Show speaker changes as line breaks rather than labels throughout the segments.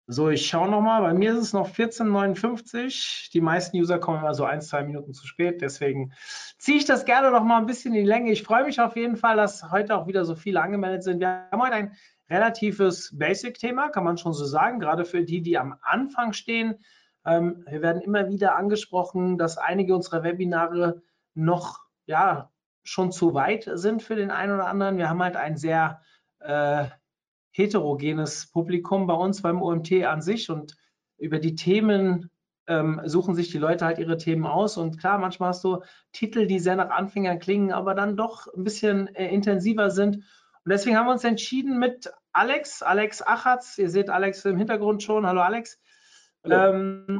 So, ich schaue nochmal. Bei mir ist es noch 14:59. Die meisten User kommen immer so 1, 2 Minuten zu spät. Deswegen ziehe ich das gerne noch mal ein bisschen in die Länge. Ich freue mich auf jeden Fall, dass heute auch wieder so viele angemeldet sind. Wir haben heute ein relatives Basic-Thema, kann man schon so sagen, gerade für die, die am Anfang stehen. Wir werden immer wieder angesprochen, dass einige unserer Webinare noch ja, schon zu weit sind für den einen oder anderen. Wir haben halt ein sehr heterogenes Publikum bei uns beim OMT an sich und über die Themen suchen sich die Leute halt ihre Themen aus und klar, manchmal hast du Titel, die sehr nach Anfängern klingen, aber dann doch ein bisschen intensiver sind und deswegen haben wir uns entschieden mit Alex Achatz, ihr seht Alex im Hintergrund schon, hallo Alex,
Hallo.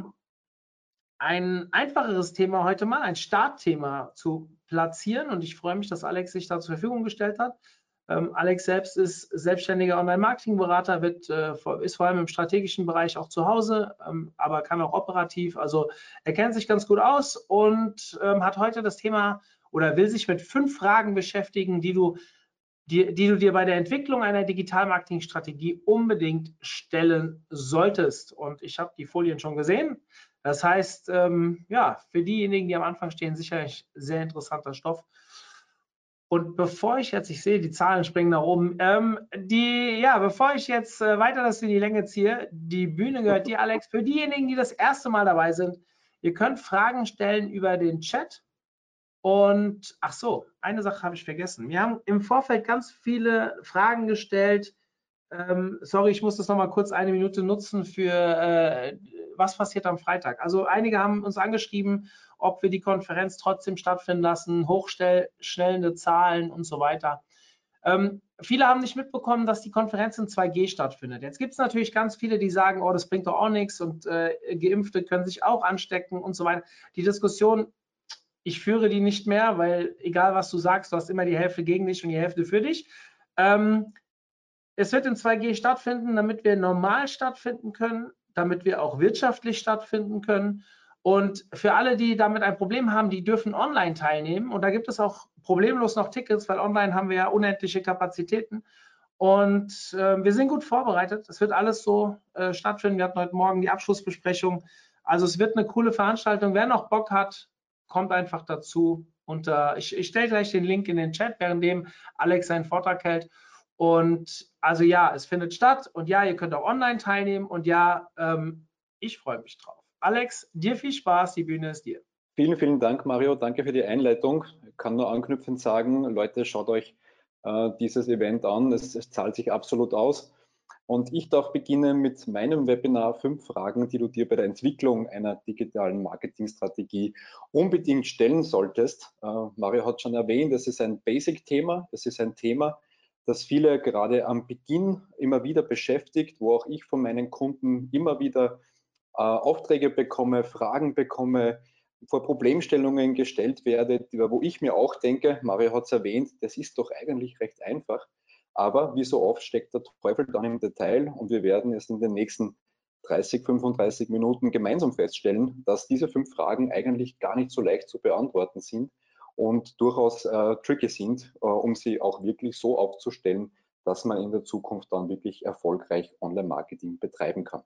ein einfacheres Thema heute mal, ein Startthema zu platzieren und ich freue mich, dass Alex sich da zur Verfügung gestellt hat. Alex selbst ist selbstständiger Online-Marketing-Berater, ist vor allem im strategischen Bereich auch zu Hause, aber kann auch operativ. Also er kennt sich ganz gut aus und hat heute das Thema oder will sich mit 5 Fragen beschäftigen, die du dir bei der Entwicklung einer Digital-Marketing-Strategie unbedingt stellen solltest. Und ich habe die Folien schon gesehen. Das heißt, ja, für diejenigen, die am Anfang stehen, sicherlich sehr interessanter Stoff. Und bevor ich jetzt, ich sehe, die Zahlen springen nach oben, bevor ich jetzt weiter das in die Länge ziehe, die Bühne gehört dir, Alex. Für diejenigen, die das erste Mal dabei sind, ihr könnt Fragen stellen über den Chat. Und ach so, eine Sache habe ich vergessen. Wir haben im Vorfeld ganz viele Fragen gestellt. Sorry, ich muss das noch mal kurz eine Minute nutzen für was passiert am Freitag. Also einige haben uns angeschrieben, ob wir die Konferenz trotzdem stattfinden lassen, hochschnellende Zahlen und so weiter. Viele haben nicht mitbekommen, dass die Konferenz in 2G stattfindet. Jetzt gibt es natürlich ganz viele, die sagen, oh, das bringt doch auch nichts und Geimpfte können sich auch anstecken und so weiter. Die Diskussion, ich führe die nicht mehr, weil egal was du sagst, du hast immer die Hälfte gegen dich und die Hälfte für dich. Es wird in 2G stattfinden, damit wir normal stattfinden können, damit wir auch wirtschaftlich stattfinden können. Und für alle, die damit ein Problem haben, die dürfen online teilnehmen. Und da gibt es auch problemlos noch Tickets, weil online haben wir ja unendliche Kapazitäten. Und wir sind gut vorbereitet. Es wird alles so stattfinden. Wir hatten heute Morgen die Abschlussbesprechung. Also es wird eine coole Veranstaltung. Wer noch Bock hat, kommt einfach dazu. Und ich stelle gleich den Link in den Chat, währenddem Alex seinen Vortrag hält. Und also ja, es findet statt und ja, ihr könnt auch online teilnehmen und ja, ich freue mich drauf. Alex, dir viel Spaß, die Bühne ist dir.
Vielen, vielen Dank, Mario. Danke für die Einleitung. Ich kann nur anknüpfend sagen, Leute, schaut euch dieses Event an. Es zahlt sich absolut aus. Und ich darf beginnen mit meinem Webinar 5 Fragen, die du dir bei der Entwicklung einer digitalen Marketingstrategie unbedingt stellen solltest. Mario hat schon erwähnt, das ist ein Basic-Thema. Das ist ein Thema, das viele gerade am Beginn immer wieder beschäftigt, wo auch ich von meinen Kunden immer wieder Aufträge bekomme, Fragen bekomme, vor Problemstellungen gestellt werde, wo ich mir auch denke, Mario hat es erwähnt, das ist doch eigentlich recht einfach. Aber wie so oft steckt der Teufel dann im Detail und wir werden es in den nächsten 30, 35 Minuten gemeinsam feststellen, dass diese 5 Fragen eigentlich gar nicht so leicht zu beantworten sind und durchaus tricky sind, um sie auch wirklich so aufzustellen, dass man in der Zukunft dann wirklich erfolgreich Online-Marketing betreiben kann.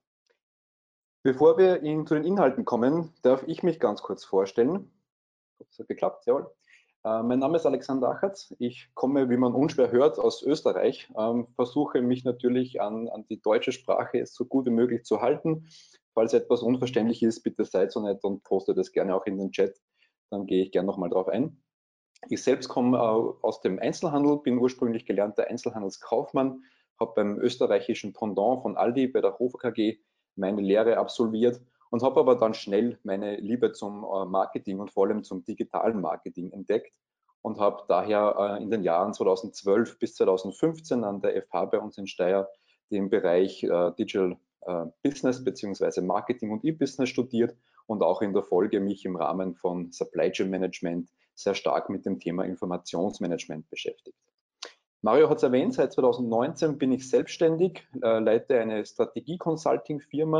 Bevor wir zu den Inhalten kommen, darf ich mich ganz kurz vorstellen. Das hat geklappt, jawohl. Mein Name ist Alexander Achatz. Ich komme, wie man unschwer hört, aus Österreich. Versuche mich natürlich an die deutsche Sprache so gut wie möglich zu halten. Falls etwas unverständlich ist, bitte seid so nett und postet es gerne auch in den Chat. Dann gehe ich gerne nochmal drauf ein. Ich selbst komme aus dem Einzelhandel, bin ursprünglich gelernter Einzelhandelskaufmann, habe beim österreichischen Pendant von Aldi bei der Hofer KG meine Lehre absolviert und habe aber dann schnell meine Liebe zum Marketing und vor allem zum digitalen Marketing entdeckt und habe daher in den Jahren 2012 bis 2015 an der FH bei uns in Steyr den Bereich Digital Business bzw. Marketing und E-Business studiert und auch in der Folge mich im Rahmen von Supply Chain Management sehr stark mit dem Thema Informationsmanagement beschäftigt. Mario hat es erwähnt, seit 2019 bin ich selbstständig, leite eine Strategie-Consulting-Firma,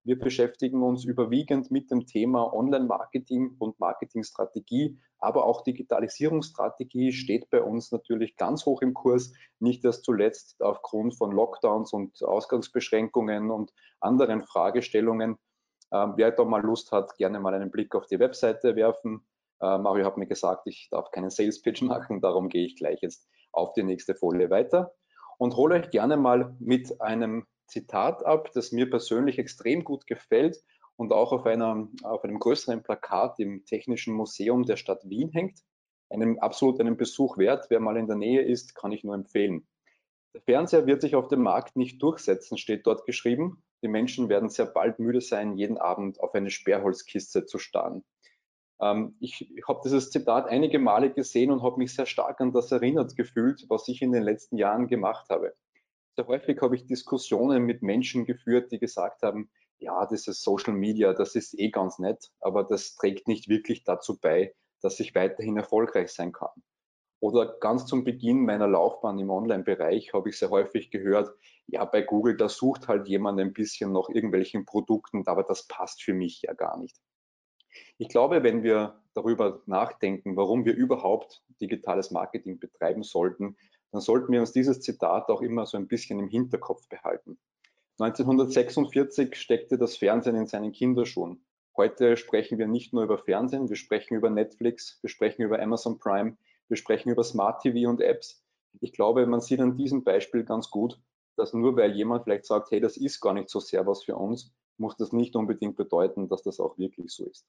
Wir beschäftigen uns überwiegend mit dem Thema Online-Marketing und Marketingstrategie, aber auch Digitalisierungsstrategie steht bei uns natürlich ganz hoch im Kurs, nicht erst zuletzt aufgrund von Lockdowns und Ausgangsbeschränkungen und anderen Fragestellungen. Wer da mal Lust hat, gerne mal einen Blick auf die Webseite werfen. Mario hat mir gesagt, ich darf keinen Sales Pitch machen, darum gehe ich gleich jetzt auf die nächste Folie weiter und hole euch gerne mal mit einem Zitat ab, das mir persönlich extrem gut gefällt und auch auf einem größeren Plakat im Technischen Museum der Stadt Wien hängt. Absolut einen Besuch wert. Wer mal in der Nähe ist, kann ich nur empfehlen. Der Fernseher wird sich auf dem Markt nicht durchsetzen, steht dort geschrieben. Die Menschen werden sehr bald müde sein, jeden Abend auf eine Sperrholzkiste zu starren. Ich habe dieses Zitat einige Male gesehen und habe mich sehr stark an das erinnert gefühlt, was ich in den letzten Jahren gemacht habe. Sehr häufig habe ich Diskussionen mit Menschen geführt, die gesagt haben, ja, das ist Social Media, das ist eh ganz nett, aber das trägt nicht wirklich dazu bei, dass ich weiterhin erfolgreich sein kann. Oder ganz zum Beginn meiner Laufbahn im Online-Bereich habe ich sehr häufig gehört, ja, bei Google, da sucht halt jemand ein bisschen nach irgendwelchen Produkten, aber das passt für mich ja gar nicht. Ich glaube, wenn wir darüber nachdenken, warum wir überhaupt digitales Marketing betreiben sollten, dann sollten wir uns dieses Zitat auch immer so ein bisschen im Hinterkopf behalten. 1946 steckte das Fernsehen in seinen Kinderschuhen. Heute sprechen wir nicht nur über Fernsehen, wir sprechen über Netflix, wir sprechen über Amazon Prime, wir sprechen über Smart TV und Apps. Ich glaube, man sieht an diesem Beispiel ganz gut, dass nur weil jemand vielleicht sagt, hey, das ist gar nicht so sehr was für uns, muss das nicht unbedingt bedeuten, dass das auch wirklich so ist.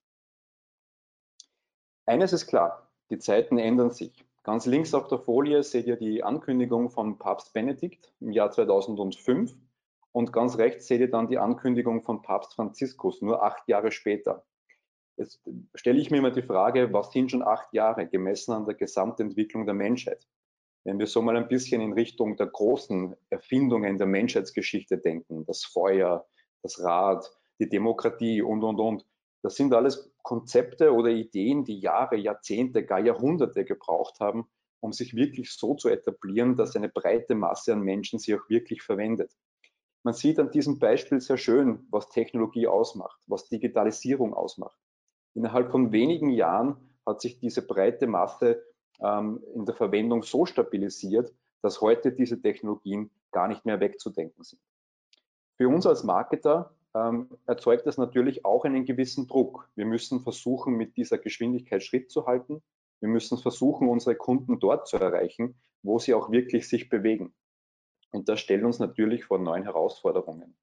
Eines ist klar, die Zeiten ändern sich. Ganz links auf der Folie seht ihr die Ankündigung von Papst Benedikt im Jahr 2005 und ganz rechts seht ihr dann die Ankündigung von Papst Franziskus, nur 8 Jahre später. Jetzt stelle ich mir immer die Frage, was sind schon 8 Jahre gemessen an der Gesamtentwicklung der Menschheit? Wenn wir so mal ein bisschen in Richtung der großen Erfindungen der Menschheitsgeschichte denken, das Feuer, das Rad, die Demokratie und. Das sind alles Konzepte oder Ideen, die Jahre, Jahrzehnte, gar Jahrhunderte gebraucht haben, um sich wirklich so zu etablieren, dass eine breite Masse an Menschen sie auch wirklich verwendet. Man sieht an diesem Beispiel sehr schön, was Technologie ausmacht, was Digitalisierung ausmacht. Innerhalb von wenigen Jahren hat sich diese breite Masse in der Verwendung so stabilisiert, dass heute diese Technologien gar nicht mehr wegzudenken sind. Für uns als Marketer erzeugt das natürlich auch einen gewissen Druck. Wir müssen versuchen, mit dieser Geschwindigkeit Schritt zu halten. Wir müssen versuchen, unsere Kunden dort zu erreichen, wo sie auch wirklich sich bewegen. Und das stellt uns natürlich vor neuen Herausforderungen.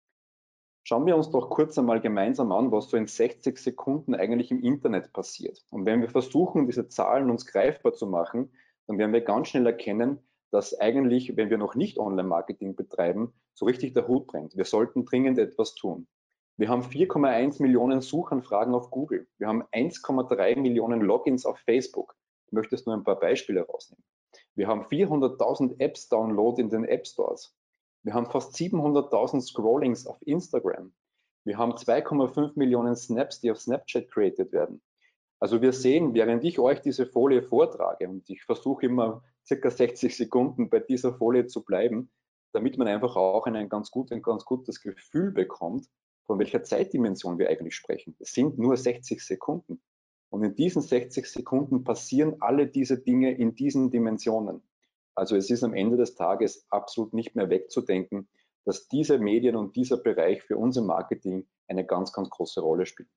Schauen wir uns doch kurz einmal gemeinsam an, was so in 60 Sekunden eigentlich im Internet passiert. Und wenn wir versuchen, diese Zahlen uns greifbar zu machen, dann werden wir ganz schnell erkennen, dass eigentlich, wenn wir noch nicht Online-Marketing betreiben, so richtig der Hut brennt. Wir sollten dringend etwas tun. Wir haben 4,1 Millionen Suchanfragen auf Google. Wir haben 1,3 Millionen Logins auf Facebook. Ich möchte jetzt nur ein paar Beispiele rausnehmen. Wir haben 400.000 Apps-Download in den App Stores. Wir haben fast 700.000 Scrollings auf Instagram. Wir haben 2,5 Millionen Snaps, die auf Snapchat created werden. Also wir sehen, während ich euch diese Folie vortrage, und ich versuche immer circa 60 Sekunden bei dieser Folie zu bleiben, damit man einfach auch ein ganz gutes Gefühl bekommt, von welcher Zeitdimension wir eigentlich sprechen. Es sind nur 60 Sekunden. Und in diesen 60 Sekunden passieren alle diese Dinge in diesen Dimensionen. Also es ist am Ende des Tages absolut nicht mehr wegzudenken, dass diese Medien und dieser Bereich für uns im Marketing eine ganz große Rolle spielen.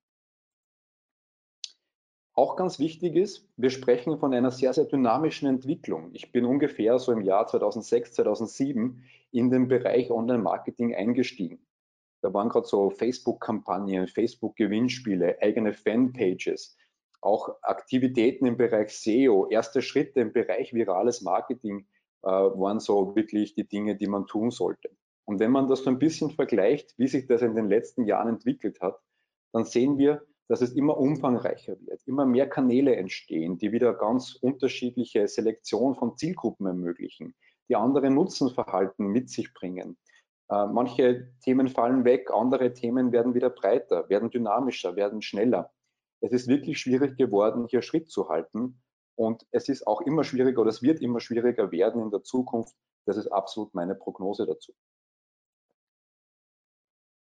Auch ganz wichtig ist, wir sprechen von einer sehr dynamischen Entwicklung. Ich bin ungefähr so im Jahr 2006, 2007 in den Bereich Online-Marketing eingestiegen. Da waren gerade so Facebook-Kampagnen, Facebook-Gewinnspiele, eigene Fanpages, auch Aktivitäten im Bereich SEO, erste Schritte im Bereich virales Marketing waren so wirklich die Dinge, die man tun sollte. Und wenn man das so ein bisschen vergleicht, wie sich das in den letzten Jahren entwickelt hat, dann sehen wir, dass es immer umfangreicher wird, immer mehr Kanäle entstehen, die wieder ganz unterschiedliche Selektion von Zielgruppen ermöglichen, die andere Nutzenverhalten mit sich bringen. Manche Themen fallen weg, andere Themen werden wieder breiter, werden dynamischer, werden schneller. Es ist wirklich schwierig geworden, hier Schritt zu halten. Und es ist auch immer schwieriger oder es wird immer schwieriger werden in der Zukunft. Das ist absolut meine Prognose dazu.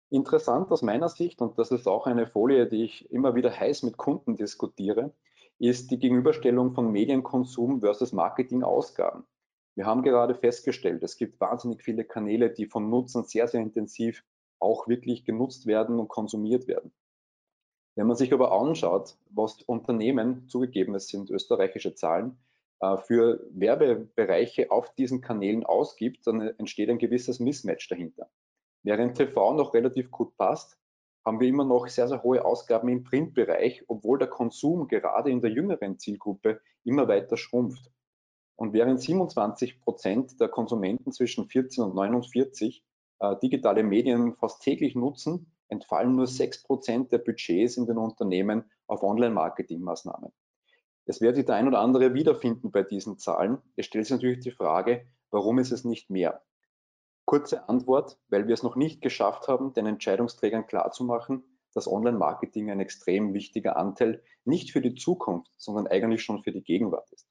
Interessant aus meiner Sicht, und das ist auch eine Folie, die ich immer wieder heiß mit Kunden diskutiere, ist die Gegenüberstellung von Medienkonsum versus Marketingausgaben. Wir haben gerade festgestellt, es gibt wahnsinnig viele Kanäle, die von Nutzern sehr, sehr intensiv auch wirklich genutzt werden und konsumiert werden. Wenn man sich aber anschaut, was Unternehmen, zugegeben, es sind österreichische Zahlen, für Werbebereiche auf diesen Kanälen ausgibt, dann entsteht ein gewisses Mismatch dahinter. Während TV noch relativ gut passt, haben wir immer noch sehr, sehr hohe Ausgaben im Printbereich, obwohl der Konsum gerade in der jüngeren Zielgruppe immer weiter schrumpft. Und während 27% der Konsumenten zwischen 14 und 49 digitale Medien fast täglich nutzen, entfallen nur 6% der Budgets in den Unternehmen auf Online-Marketing-Maßnahmen. Es wird sich der ein oder andere wiederfinden bei diesen Zahlen. Es stellt sich natürlich die Frage, warum ist es nicht mehr? Kurze Antwort, weil wir es noch nicht geschafft haben, den Entscheidungsträgern klarzumachen, dass Online-Marketing ein extrem wichtiger Anteil nicht für die Zukunft, sondern eigentlich schon für die Gegenwart ist.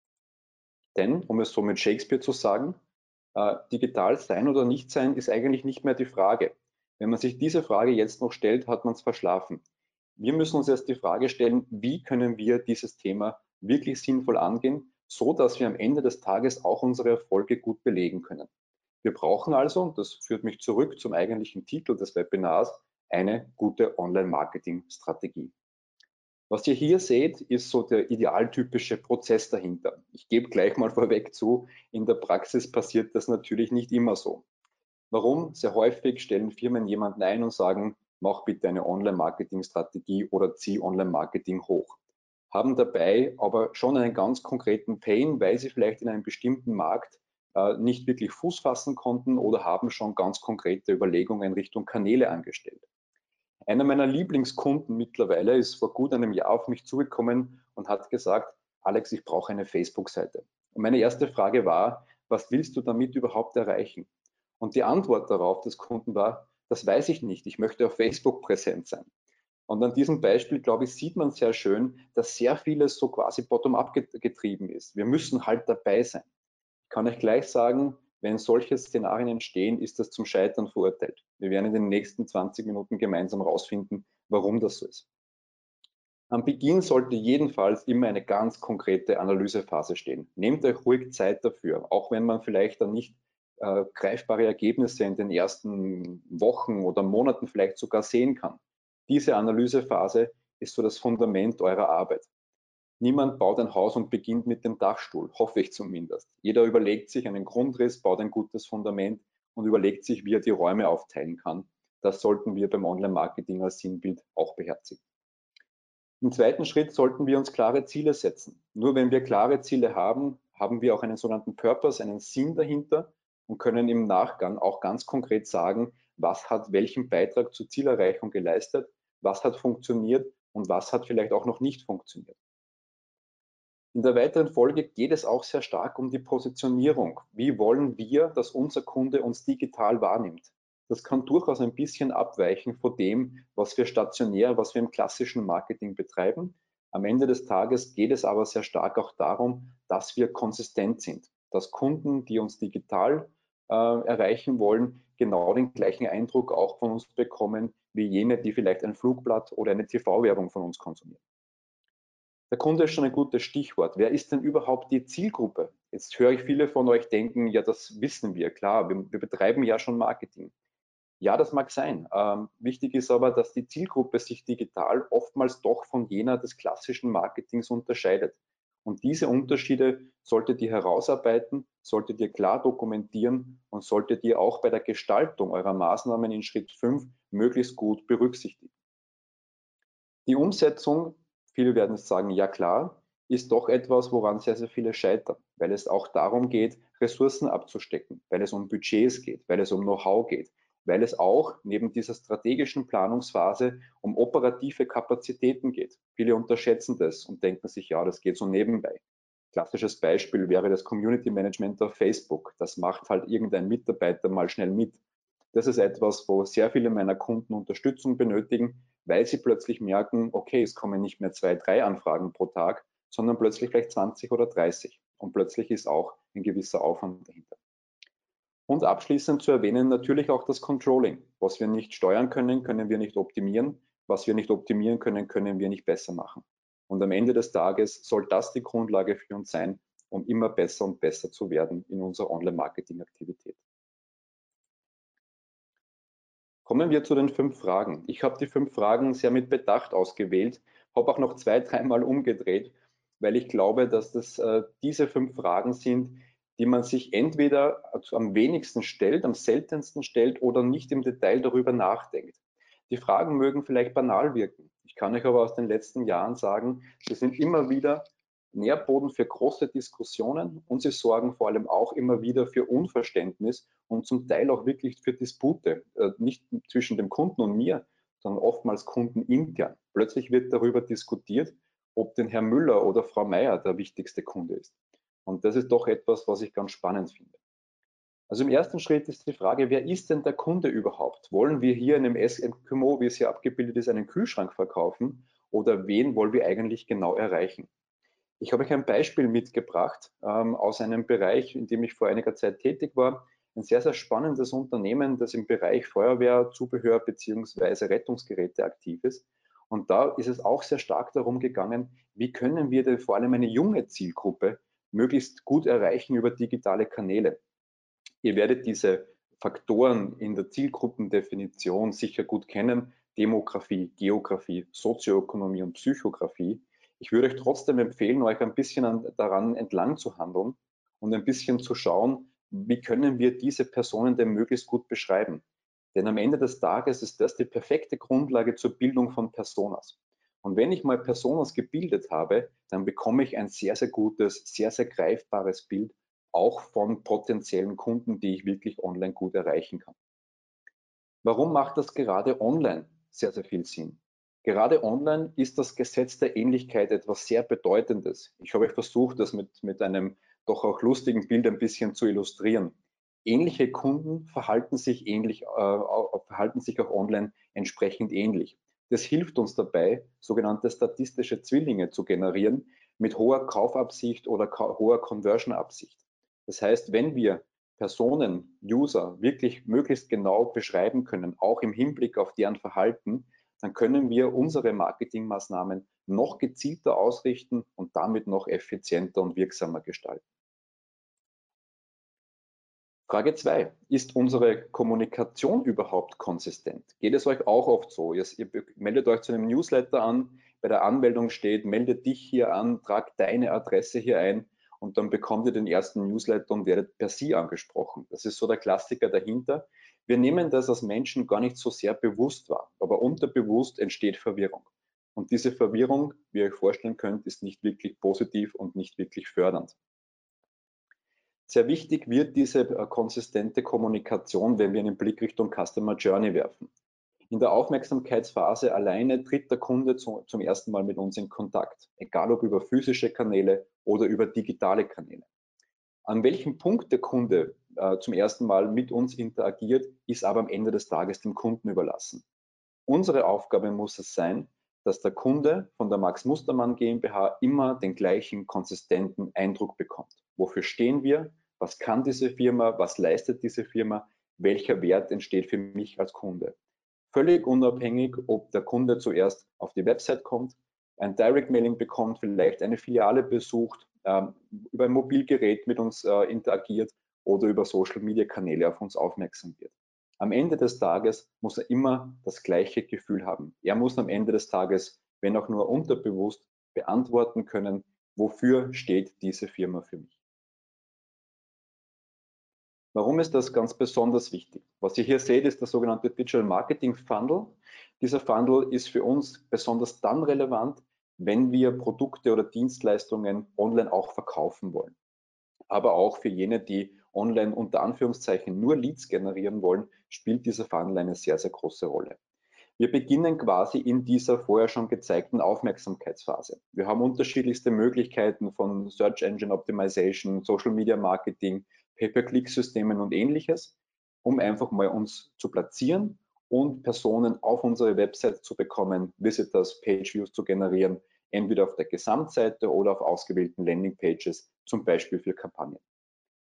Denn, um es so mit Shakespeare zu sagen, digital sein oder nicht sein ist eigentlich nicht mehr die Frage. Wenn man sich diese Frage jetzt noch stellt, hat man es verschlafen. Wir müssen uns erst die Frage stellen, wie können wir dieses Thema wirklich sinnvoll angehen, so dass wir am Ende des Tages auch unsere Erfolge gut belegen können. Wir brauchen also, und das führt mich zurück zum eigentlichen Titel des Webinars, eine gute Online-Marketing-Strategie. Was ihr hier seht, ist so der idealtypische Prozess dahinter. Ich gebe gleich mal vorweg zu, in der Praxis passiert das natürlich nicht immer so. Warum? Sehr häufig stellen Firmen jemanden ein und sagen, mach bitte eine Online-Marketing-Strategie oder zieh Online-Marketing hoch. Haben dabei aber schon einen ganz konkreten Pain, weil sie vielleicht in einem bestimmten Markt nicht wirklich Fuß fassen konnten oder haben schon ganz konkrete Überlegungen Richtung Kanäle angestellt. Einer meiner Lieblingskunden mittlerweile ist vor gut einem Jahr auf mich zugekommen und hat gesagt, Alex, ich brauche eine Facebook-Seite. Und meine erste Frage war, was willst du damit überhaupt erreichen? Und die Antwort darauf des Kunden war, das weiß ich nicht, ich möchte auf Facebook präsent sein. Und an diesem Beispiel, glaube ich, sieht man sehr schön, dass sehr vieles so quasi bottom-up getrieben ist. Wir müssen halt dabei sein. Ich kann euch gleich sagen, wenn solche Szenarien entstehen, ist das zum Scheitern verurteilt. Wir werden in den nächsten 20 Minuten gemeinsam herausfinden, warum das so ist. Am Beginn sollte jedenfalls immer eine ganz konkrete Analysephase stehen. Nehmt euch ruhig Zeit dafür, auch wenn man vielleicht dann nicht greifbare Ergebnisse in den ersten Wochen oder Monaten vielleicht sogar sehen kann. Diese Analysephase ist so das Fundament eurer Arbeit. Niemand baut ein Haus und beginnt mit dem Dachstuhl, hoffe ich zumindest. Jeder überlegt sich einen Grundriss, baut ein gutes Fundament und überlegt sich, wie er die Räume aufteilen kann. Das sollten wir beim Online-Marketing als Sinnbild auch beherzigen. Im zweiten Schritt sollten wir uns klare Ziele setzen. Nur wenn wir klare Ziele haben, haben wir auch einen sogenannten Purpose, einen Sinn dahinter und können im Nachgang auch ganz konkret sagen, was hat welchen Beitrag zur Zielerreichung geleistet, was hat funktioniert und was hat vielleicht auch noch nicht funktioniert. In der weiteren Folge geht es auch sehr stark um die Positionierung. Wie wollen wir, dass unser Kunde uns digital wahrnimmt? Das kann durchaus ein bisschen abweichen von dem, was wir stationär, was wir im klassischen Marketing betreiben. Am Ende des Tages geht es aber sehr stark auch darum, dass wir konsistent sind, dass Kunden, die uns digital erreichen wollen, genau den gleichen Eindruck auch von uns bekommen, wie jene, die vielleicht ein Flugblatt oder eine TV-Werbung von uns konsumieren. Der Kunde ist schon ein gutes Stichwort. Wer ist denn überhaupt die Zielgruppe? Jetzt höre ich viele von euch denken, ja, das wissen wir, klar, wir betreiben ja schon Marketing. Ja, das mag sein. Wichtig ist aber, dass die Zielgruppe sich digital oftmals doch von jener des klassischen Marketings unterscheidet. Und diese Unterschiede solltet ihr herausarbeiten, solltet ihr klar dokumentieren und solltet ihr auch bei der Gestaltung eurer Maßnahmen in Schritt 5 möglichst gut berücksichtigen. Die Umsetzung, viele werden es sagen, ja klar, ist doch etwas, woran sehr, sehr viele scheitern, weil es auch darum geht, Ressourcen abzustecken, weil es um Budgets geht, weil es um Know-how geht, weil es auch neben dieser strategischen Planungsphase um operative Kapazitäten geht. Viele unterschätzen das und denken sich, ja, das geht so nebenbei. Klassisches Beispiel wäre das Community Management auf Facebook. Das macht halt irgendein Mitarbeiter mal schnell mit. Das ist etwas, wo sehr viele meiner Kunden Unterstützung benötigen, weil sie plötzlich merken, okay, es kommen nicht mehr 2, 3 Anfragen pro Tag, sondern plötzlich vielleicht 20 oder 30. Und plötzlich ist auch ein gewisser Aufwand dahinter. Und abschließend zu erwähnen natürlich auch das Controlling. Was wir nicht steuern können, können wir nicht optimieren. Was wir nicht optimieren können, können wir nicht besser machen. Und am Ende des Tages soll das die Grundlage für uns sein, um immer besser und besser zu werden in unserer Online-Marketing-Aktivität. Kommen wir zu den 5 Fragen. Ich habe die 5 Fragen sehr mit Bedacht ausgewählt, habe auch noch 2, 3 Mal umgedreht, weil ich glaube, dass das diese 5 Fragen sind, die man sich entweder am wenigsten stellt, am seltensten stellt oder nicht im Detail darüber nachdenkt. Die Fragen mögen vielleicht banal wirken. Ich kann euch aber aus den letzten Jahren sagen, sie sind immer wieder Nährboden für große Diskussionen und sie sorgen vor allem auch immer wieder für Unverständnis und zum Teil auch wirklich für Dispute, nicht zwischen dem Kunden und mir, sondern oftmals kundenintern. Plötzlich wird darüber diskutiert, ob denn Herr Müller oder Frau Meier der wichtigste Kunde ist. Und das ist doch etwas, was ich ganz spannend finde. Also im ersten Schritt ist die Frage, wer ist denn der Kunde überhaupt? Wollen wir hier in einem SMQMO, wie es hier abgebildet ist, einen Kühlschrank verkaufen oder wen wollen wir eigentlich genau erreichen? Ich habe euch ein Beispiel mitgebracht aus einem Bereich, in dem ich vor einiger Zeit tätig war. Ein sehr, sehr spannendes Unternehmen, das im Bereich Feuerwehr, Zubehör bzw. Rettungsgeräte aktiv ist. Und da ist es auch sehr stark darum gegangen, wie können wir denn vor allem eine junge Zielgruppe möglichst gut erreichen über digitale Kanäle. Ihr werdet diese Faktoren in der Zielgruppendefinition sicher gut kennen. Demografie, Geografie, Sozioökonomie und Psychografie. Ich würde euch trotzdem empfehlen, euch ein bisschen daran entlang zu handeln und ein bisschen zu schauen, wie können wir diese Personen denn möglichst gut beschreiben. Denn am Ende des Tages ist das die perfekte Grundlage zur Bildung von Personas. Und wenn ich mal Personas gebildet habe, dann bekomme ich ein sehr, sehr gutes, sehr, sehr greifbares Bild auch von potenziellen Kunden, die ich wirklich online gut erreichen kann. Warum macht das gerade online sehr, sehr viel Sinn? Gerade online ist das Gesetz der Ähnlichkeit etwas sehr Bedeutendes. Ich habe versucht, das mit einem doch auch lustigen Bild ein bisschen zu illustrieren. Ähnliche Kunden verhalten sich auch online entsprechend ähnlich. Das hilft uns dabei, sogenannte statistische Zwillinge zu generieren mit hoher Kaufabsicht oder hoher Conversion-Absicht. Das heißt, wenn wir Personen, User wirklich möglichst genau beschreiben können, auch im Hinblick auf deren Verhalten, dann können wir unsere Marketingmaßnahmen noch gezielter ausrichten und damit noch effizienter und wirksamer gestalten. Frage 2. Ist unsere Kommunikation überhaupt konsistent? Geht es euch auch oft so? Ihr meldet euch zu einem Newsletter an, bei der Anmeldung steht, melde dich hier an, trag deine Adresse hier ein und dann bekommt ihr den ersten Newsletter und werdet per Sie angesprochen. Das ist so der Klassiker dahinter. Wir nehmen das als Menschen gar nicht so sehr bewusst wahr, aber unterbewusst entsteht Verwirrung. Und diese Verwirrung, wie ihr euch vorstellen könnt, ist nicht wirklich positiv und nicht wirklich fördernd. Sehr wichtig wird diese konsistente Kommunikation, wenn wir einen Blick Richtung Customer Journey werfen. In der Aufmerksamkeitsphase alleine tritt der Kunde zum ersten Mal mit uns in Kontakt, egal ob über physische Kanäle oder über digitale Kanäle. An welchem Punkt der Kunde zum ersten Mal mit uns interagiert, ist aber am Ende des Tages dem Kunden überlassen. Unsere Aufgabe muss es sein, dass der Kunde von der Max Mustermann GmbH immer den gleichen konsistenten Eindruck bekommt. Wofür stehen wir? Was kann diese Firma? Was leistet diese Firma? Welcher Wert entsteht für mich als Kunde? Völlig unabhängig, ob der Kunde zuerst auf die Website kommt, ein Direct Mailing bekommt, vielleicht eine Filiale besucht, über ein Mobilgerät mit uns interagiert oder über Social Media Kanäle auf uns aufmerksam wird. Am Ende des Tages muss er immer das gleiche Gefühl haben. Er muss am Ende des Tages, wenn auch nur unterbewusst, beantworten können, wofür steht diese Firma für mich. Warum ist das ganz besonders wichtig? Was ihr hier seht, ist der sogenannte Digital Marketing Funnel. Dieser Funnel ist für uns besonders dann relevant, wenn wir Produkte oder Dienstleistungen online auch verkaufen wollen. Aber auch für jene, die online unter Anführungszeichen nur Leads generieren wollen, spielt dieser Funnel eine sehr, sehr große Rolle. Wir beginnen quasi in dieser vorher schon gezeigten Aufmerksamkeitsphase. Wir haben unterschiedlichste Möglichkeiten von Search Engine Optimization, Social Media Marketing, Pay-per-Click-Systemen und ähnliches, um einfach mal uns zu platzieren und Personen auf unsere Website zu bekommen, Visitors, Page-Views zu generieren, entweder auf der Gesamtseite oder auf ausgewählten Landingpages, zum Beispiel für Kampagnen.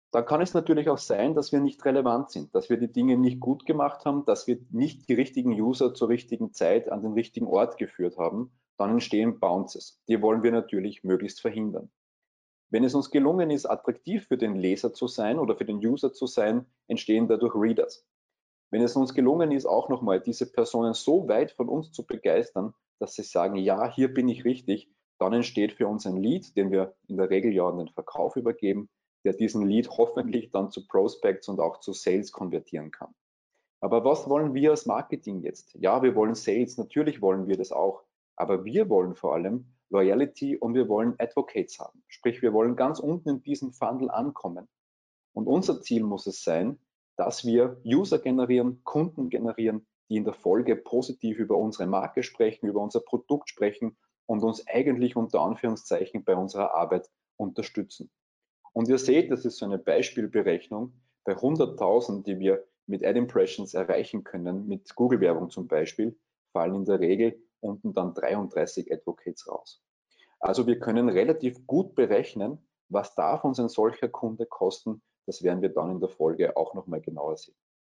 dann kann es natürlich auch sein, dass wir nicht relevant sind, dass wir die Dinge nicht gut gemacht haben, dass wir nicht die richtigen User zur richtigen Zeit an den richtigen Ort geführt haben. Dann entstehen Bounces. Die wollen wir natürlich möglichst verhindern. Wenn es uns gelungen ist, attraktiv für den Leser zu sein oder für den User zu sein, entstehen dadurch Readers. Wenn es uns gelungen ist, auch nochmal diese Personen so weit von uns zu begeistern, dass sie sagen, ja, hier bin ich richtig, dann entsteht für uns ein Lead, den wir in der Regel ja an den Verkauf übergeben, der diesen Lead hoffentlich dann zu Prospects und auch zu Sales konvertieren kann. Aber was wollen wir als Marketing jetzt? Ja, wir wollen Sales, natürlich wollen wir das auch, aber wir wollen vor allem Loyalty und wir wollen Advocates haben. Sprich, wir wollen ganz unten in diesem Funnel ankommen. Und unser Ziel muss es sein, dass wir User generieren, Kunden generieren, die in der Folge positiv über unsere Marke sprechen, über unser Produkt sprechen und uns eigentlich unter Anführungszeichen bei unserer Arbeit unterstützen. Und ihr seht, das ist so eine Beispielberechnung, bei 100.000, die wir mit Ad Impressions erreichen können, mit Google-Werbung zum Beispiel, fallen in der Regel unten dann 33 Advocates raus. Also wir können relativ gut berechnen, was darf uns ein solcher Kunde kosten. Das werden wir dann in der Folge auch nochmal genauer sehen.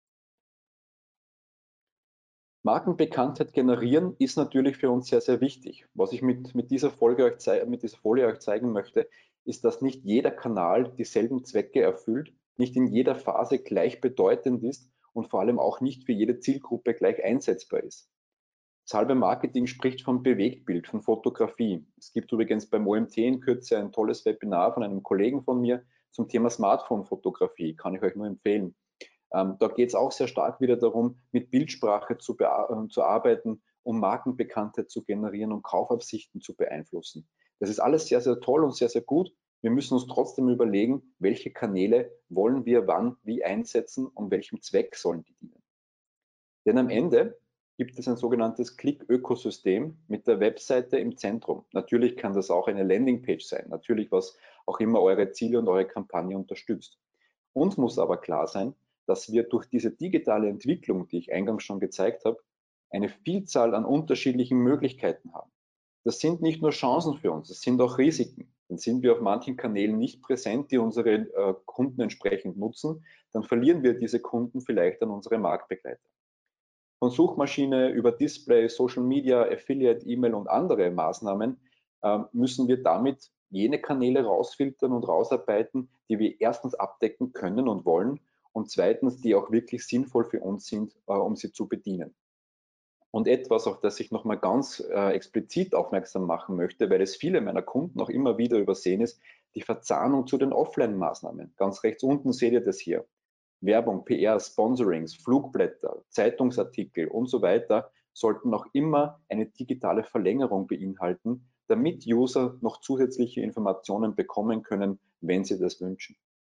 Markenbekanntheit generieren ist natürlich für uns sehr, sehr wichtig. Was ich mit dieser Folie euch zeigen möchte, ist, dass nicht jeder Kanal dieselben Zwecke erfüllt, nicht in jeder Phase gleich bedeutend ist und vor allem auch nicht für jede Zielgruppe gleich einsetzbar ist. Salbe Marketing spricht vom Bewegtbild, von Fotografie. Es gibt übrigens beim OMT in Kürze ein tolles Webinar von einem Kollegen von mir zum Thema Smartphone-Fotografie, kann ich euch nur empfehlen. Da geht es auch sehr stark wieder darum, mit Bildsprache zu arbeiten, um Markenbekanntheit zu generieren und Kaufabsichten zu beeinflussen. Das ist alles sehr, sehr toll und sehr, sehr gut. Wir müssen uns trotzdem überlegen, welche Kanäle wollen wir wann, wie einsetzen und welchem Zweck sollen die dienen. Denn am Ende gibt es ein sogenanntes Klick-Ökosystem mit der Webseite im Zentrum. Natürlich kann das auch eine Landingpage sein, natürlich was auch immer eure Ziele und eure Kampagne unterstützt. Uns muss aber klar sein, dass wir durch diese digitale Entwicklung, die ich eingangs schon gezeigt habe, eine Vielzahl an unterschiedlichen Möglichkeiten haben. Das sind nicht nur Chancen für uns, es sind auch Risiken. Dann sind wir auf manchen Kanälen nicht präsent, die unsere Kunden entsprechend nutzen, dann verlieren wir diese Kunden vielleicht an unsere Marktbegleiter. Von Suchmaschine über Display, Social Media, Affiliate, E-Mail und andere Maßnahmen müssen wir damit jene Kanäle rausfiltern und rausarbeiten, die wir erstens abdecken können und wollen und zweitens, die auch wirklich sinnvoll für uns sind, um sie zu bedienen. Und etwas, auf das ich nochmal ganz explizit aufmerksam machen möchte, weil es viele meiner Kunden auch immer wieder übersehen ist, die Verzahnung zu den Offline-Maßnahmen. Ganz rechts unten seht ihr das hier. Werbung, PR, Sponsorings, Flugblätter, Zeitungsartikel und so weiter sollten auch immer eine digitale Verlängerung beinhalten, damit User noch zusätzliche Informationen bekommen können, wenn sie das wünschen.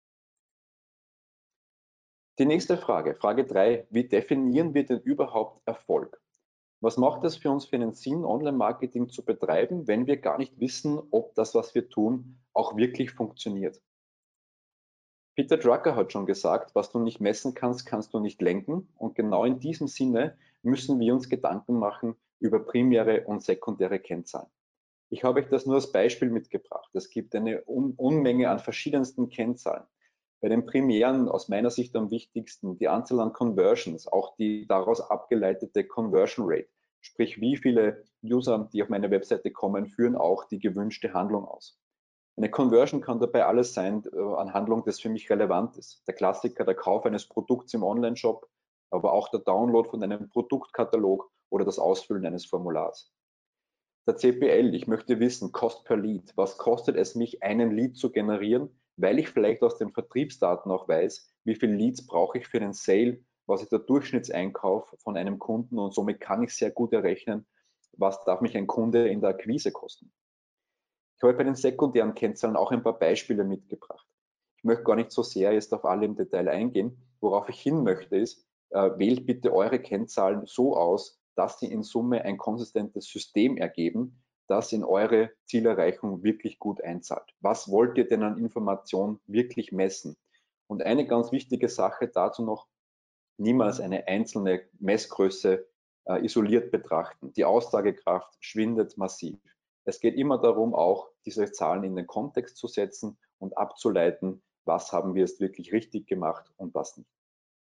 Die nächste Frage, Frage 3, wie definieren wir denn überhaupt Erfolg? Was macht es für uns für einen Sinn, Online-Marketing zu betreiben, wenn wir gar nicht wissen, ob das, was wir tun, auch wirklich funktioniert? Peter Drucker hat schon gesagt, was du nicht messen kannst, kannst du nicht lenken. Und genau in diesem Sinne müssen wir uns Gedanken machen über primäre und sekundäre Kennzahlen. Ich habe euch das nur als Beispiel mitgebracht. Es gibt eine Unmenge an verschiedensten Kennzahlen. Bei den primären, aus meiner Sicht am wichtigsten, die Anzahl an Conversions, auch die daraus abgeleitete Conversion Rate. Sprich, wie viele User, die auf meine Webseite kommen, führen auch die gewünschte Handlung aus. Eine Conversion kann dabei alles sein an Handlung, das für mich relevant ist. Der Klassiker, der Kauf eines Produkts im Online-Shop, aber auch der Download von einem Produktkatalog oder das Ausfüllen eines Formulars. Der CPL, ich möchte wissen, Cost per Lead. Was kostet es mich, einen Lead zu generieren, weil ich vielleicht aus den Vertriebsdaten auch weiß, wie viele Leads brauche ich für den Sale, was ist der Durchschnittseinkauf von einem Kunden und somit kann ich sehr gut errechnen, was darf mich ein Kunde in der Akquise kosten. Ich habe bei den sekundären Kennzahlen auch ein paar Beispiele mitgebracht. Ich möchte gar nicht so sehr jetzt auf alle im Detail eingehen. Worauf ich hin möchte ist, wählt bitte eure Kennzahlen so aus, dass sie in Summe ein konsistentes System ergeben, das in eure Zielerreichung wirklich gut einzahlt. Was wollt ihr denn an Information wirklich messen? Und eine ganz wichtige Sache dazu noch, niemals eine einzelne Messgröße isoliert betrachten. Die Aussagekraft schwindet massiv. Es geht immer darum, auch diese Zahlen in den Kontext zu setzen und abzuleiten, was haben wir jetzt wirklich richtig gemacht und was nicht.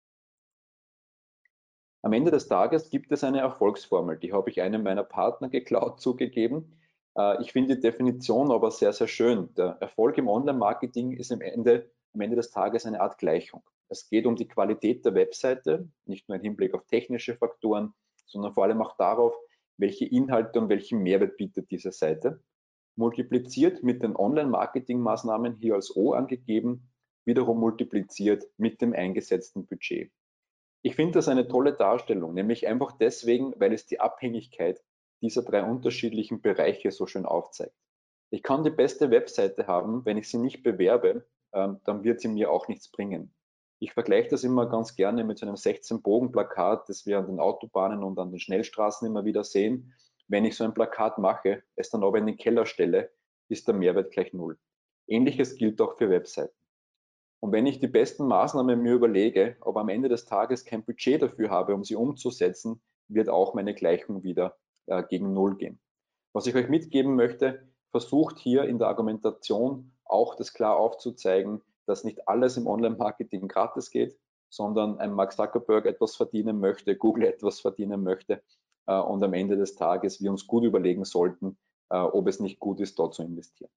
Am Ende des Tages gibt es eine Erfolgsformel, die habe ich einem meiner Partner geklaut zugegeben. Ich finde die Definition aber sehr, sehr schön. Der Erfolg im Online-Marketing ist am Ende des Tages eine Art Gleichung. Es geht um die Qualität der Webseite, nicht nur im Hinblick auf technische Faktoren, sondern vor allem auch darauf, welche Inhalte und welchen Mehrwert bietet diese Seite. Multipliziert mit den Online-Marketing-Maßnahmen hier als O angegeben, wiederum multipliziert mit dem eingesetzten Budget. Ich finde das eine tolle Darstellung, nämlich einfach deswegen, weil es die Abhängigkeit dieser drei unterschiedlichen Bereiche so schön aufzeigt. Ich kann die beste Webseite haben, wenn ich sie nicht bewerbe, dann wird sie mir auch nichts bringen. Ich vergleiche das immer ganz gerne mit so einem 16-Bogen-Plakat, das wir an den Autobahnen und an den Schnellstraßen immer wieder sehen. Wenn ich so ein Plakat mache, es dann aber in den Keller stelle, ist der Mehrwert gleich null. Ähnliches gilt auch für Webseiten. Und wenn ich die besten Maßnahmen mir überlege, aber am Ende des Tages kein Budget dafür habe, um sie umzusetzen, wird auch meine Gleichung wieder gegen Null gehen. Was ich euch mitgeben möchte, versucht hier in der Argumentation auch das klar aufzuzeigen, dass nicht alles im Online-Marketing gratis geht, sondern ein Mark Zuckerberg etwas verdienen möchte, Google etwas verdienen möchte und am Ende des Tages wir uns gut überlegen sollten, ob es nicht gut ist, dort zu investieren.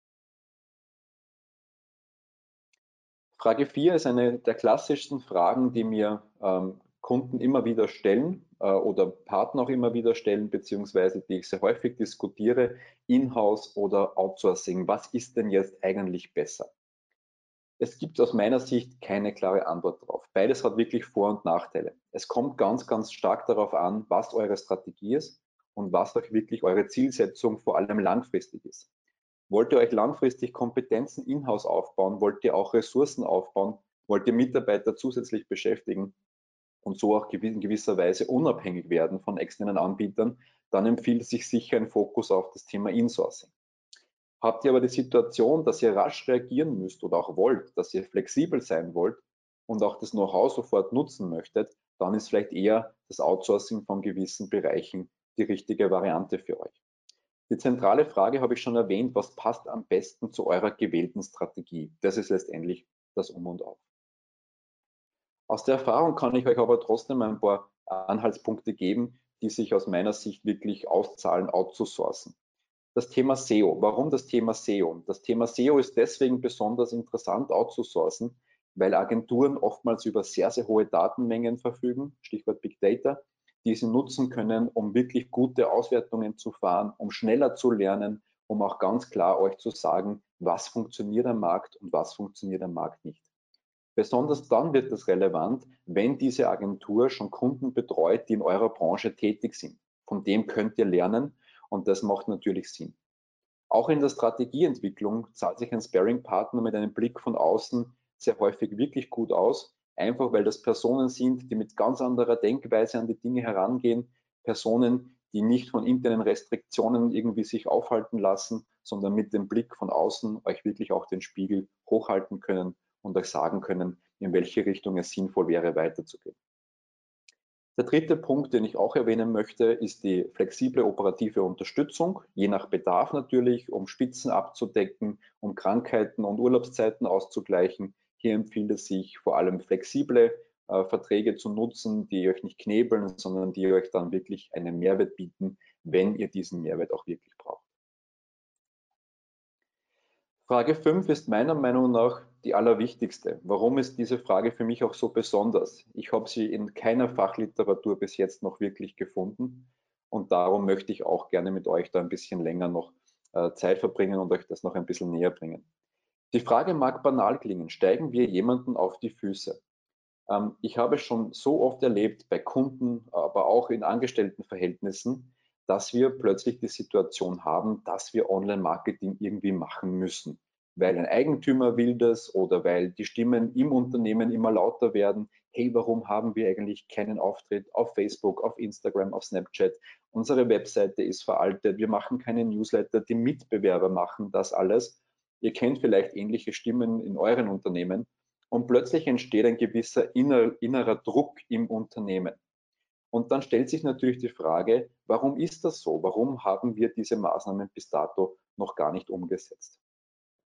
Frage 4 ist eine der klassischsten Fragen, die mir Kunden immer wieder stellen oder Partner auch immer wieder stellen, beziehungsweise die ich sehr häufig diskutiere, Inhouse oder Outsourcing. Was ist denn jetzt eigentlich besser? Es gibt aus meiner Sicht keine klare Antwort darauf. Beides hat wirklich Vor- und Nachteile. Es kommt ganz, ganz stark darauf an, was eure Strategie ist und was euch wirklich eure Zielsetzung vor allem langfristig ist. Wollt ihr euch langfristig Kompetenzen in-house aufbauen? Wollt ihr auch Ressourcen aufbauen? Wollt ihr Mitarbeiter zusätzlich beschäftigen und so auch in gewisser Weise unabhängig werden von externen Anbietern? Dann empfiehlt sich sicher ein Fokus auf das Thema Insourcing. Habt ihr aber die Situation, dass ihr rasch reagieren müsst oder auch wollt, dass ihr flexibel sein wollt und auch das Know-how sofort nutzen möchtet, dann ist vielleicht eher das Outsourcing von gewissen Bereichen die richtige Variante für euch. Die zentrale Frage habe ich schon erwähnt, was passt am besten zu eurer gewählten Strategie? Das ist letztendlich das Um und Auf. Aus der Erfahrung kann ich euch aber trotzdem ein paar Anhaltspunkte geben, die sich aus meiner Sicht wirklich auszahlen, outzusourcen. Das Thema SEO. Warum das Thema SEO? Das Thema SEO ist deswegen besonders interessant outzusourcen, weil Agenturen oftmals über sehr, sehr hohe Datenmengen verfügen, Stichwort Big Data, die sie nutzen können, um wirklich gute Auswertungen zu fahren, um schneller zu lernen, um auch ganz klar euch zu sagen, was funktioniert am Markt und was funktioniert am Markt nicht. Besonders dann wird es relevant, wenn diese Agentur schon Kunden betreut, die in eurer Branche tätig sind. Von dem könnt ihr lernen und das macht natürlich Sinn. Auch in der Strategieentwicklung zahlt sich ein Sparring-Partner mit einem Blick von außen sehr häufig wirklich gut aus, einfach weil das Personen sind, die mit ganz anderer Denkweise an die Dinge herangehen, Personen, die nicht von internen Restriktionen irgendwie sich aufhalten lassen, sondern mit dem Blick von außen euch wirklich auch den Spiegel hochhalten können und euch sagen können, in welche Richtung es sinnvoll wäre, weiterzugehen. Der dritte Punkt, den ich auch erwähnen möchte, ist die flexible operative Unterstützung, je nach Bedarf natürlich, um Spitzen abzudecken, um Krankheiten und Urlaubszeiten auszugleichen. Hier empfiehlt es sich vor allem flexible Verträge zu nutzen, die euch nicht knebeln, sondern die euch dann wirklich einen Mehrwert bieten, wenn ihr diesen Mehrwert auch wirklich braucht. Frage 5 ist meiner Meinung nach die allerwichtigste. Warum ist diese Frage für mich auch so besonders? Ich habe sie in keiner Fachliteratur bis jetzt noch wirklich gefunden und darum möchte ich auch gerne mit euch da ein bisschen länger noch Zeit verbringen und euch das noch ein bisschen näher bringen. Die Frage mag banal klingen, steigen wir jemanden auf die Füße? Ich habe schon so oft erlebt bei Kunden, aber auch in Angestelltenverhältnissen, dass wir plötzlich die Situation haben, dass wir Online-Marketing irgendwie machen müssen, weil ein Eigentümer will das oder weil die Stimmen im Unternehmen immer lauter werden. Hey, warum haben wir eigentlich keinen Auftritt auf Facebook, auf Instagram, auf Snapchat? Unsere Webseite ist veraltet, wir machen keine Newsletter, die Mitbewerber machen das alles. Ihr kennt vielleicht ähnliche Stimmen in euren Unternehmen. Und plötzlich entsteht ein gewisser innerer Druck im Unternehmen. Und dann stellt sich natürlich die Frage, warum ist das so? Warum haben wir diese Maßnahmen bis dato noch gar nicht umgesetzt?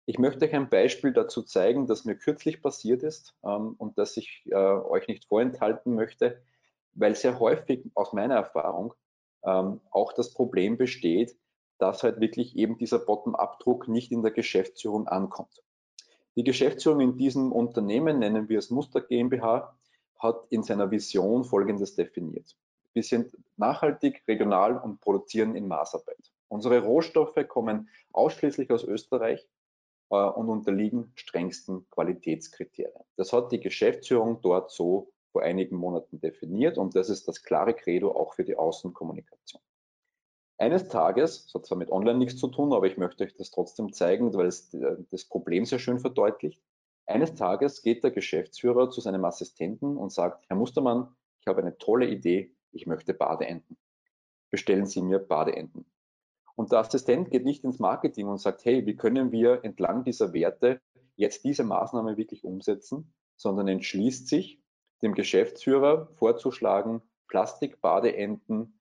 Ich möchte euch ein Beispiel dazu zeigen, das mir kürzlich passiert ist und das ich euch nicht vorenthalten möchte, weil sehr häufig aus meiner Erfahrung auch das Problem besteht, dass halt wirklich eben dieser Bottom-up-Druck nicht in der Geschäftsführung ankommt. Die Geschäftsführung in diesem Unternehmen, nennen wir es Muster GmbH, hat in seiner Vision Folgendes definiert. Wir sind nachhaltig, regional und produzieren in Maßarbeit. Unsere Rohstoffe kommen ausschließlich aus Österreich und unterliegen strengsten Qualitätskriterien. Das hat die Geschäftsführung dort so vor einigen Monaten definiert und das ist das klare Credo auch für die Außenkommunikation. Eines Tages, das hat zwar mit Online nichts zu tun, aber ich möchte euch das trotzdem zeigen, weil es das Problem sehr schön verdeutlicht. Eines Tages geht der Geschäftsführer zu seinem Assistenten und sagt, Herr Mustermann, ich habe eine tolle Idee, ich möchte Badeenten. Bestellen Sie mir Badeenten. Und der Assistent geht nicht ins Marketing und sagt, hey, wie können wir entlang dieser Werte jetzt diese Maßnahme wirklich umsetzen, sondern entschließt sich, dem Geschäftsführer vorzuschlagen, Plastikbadeenten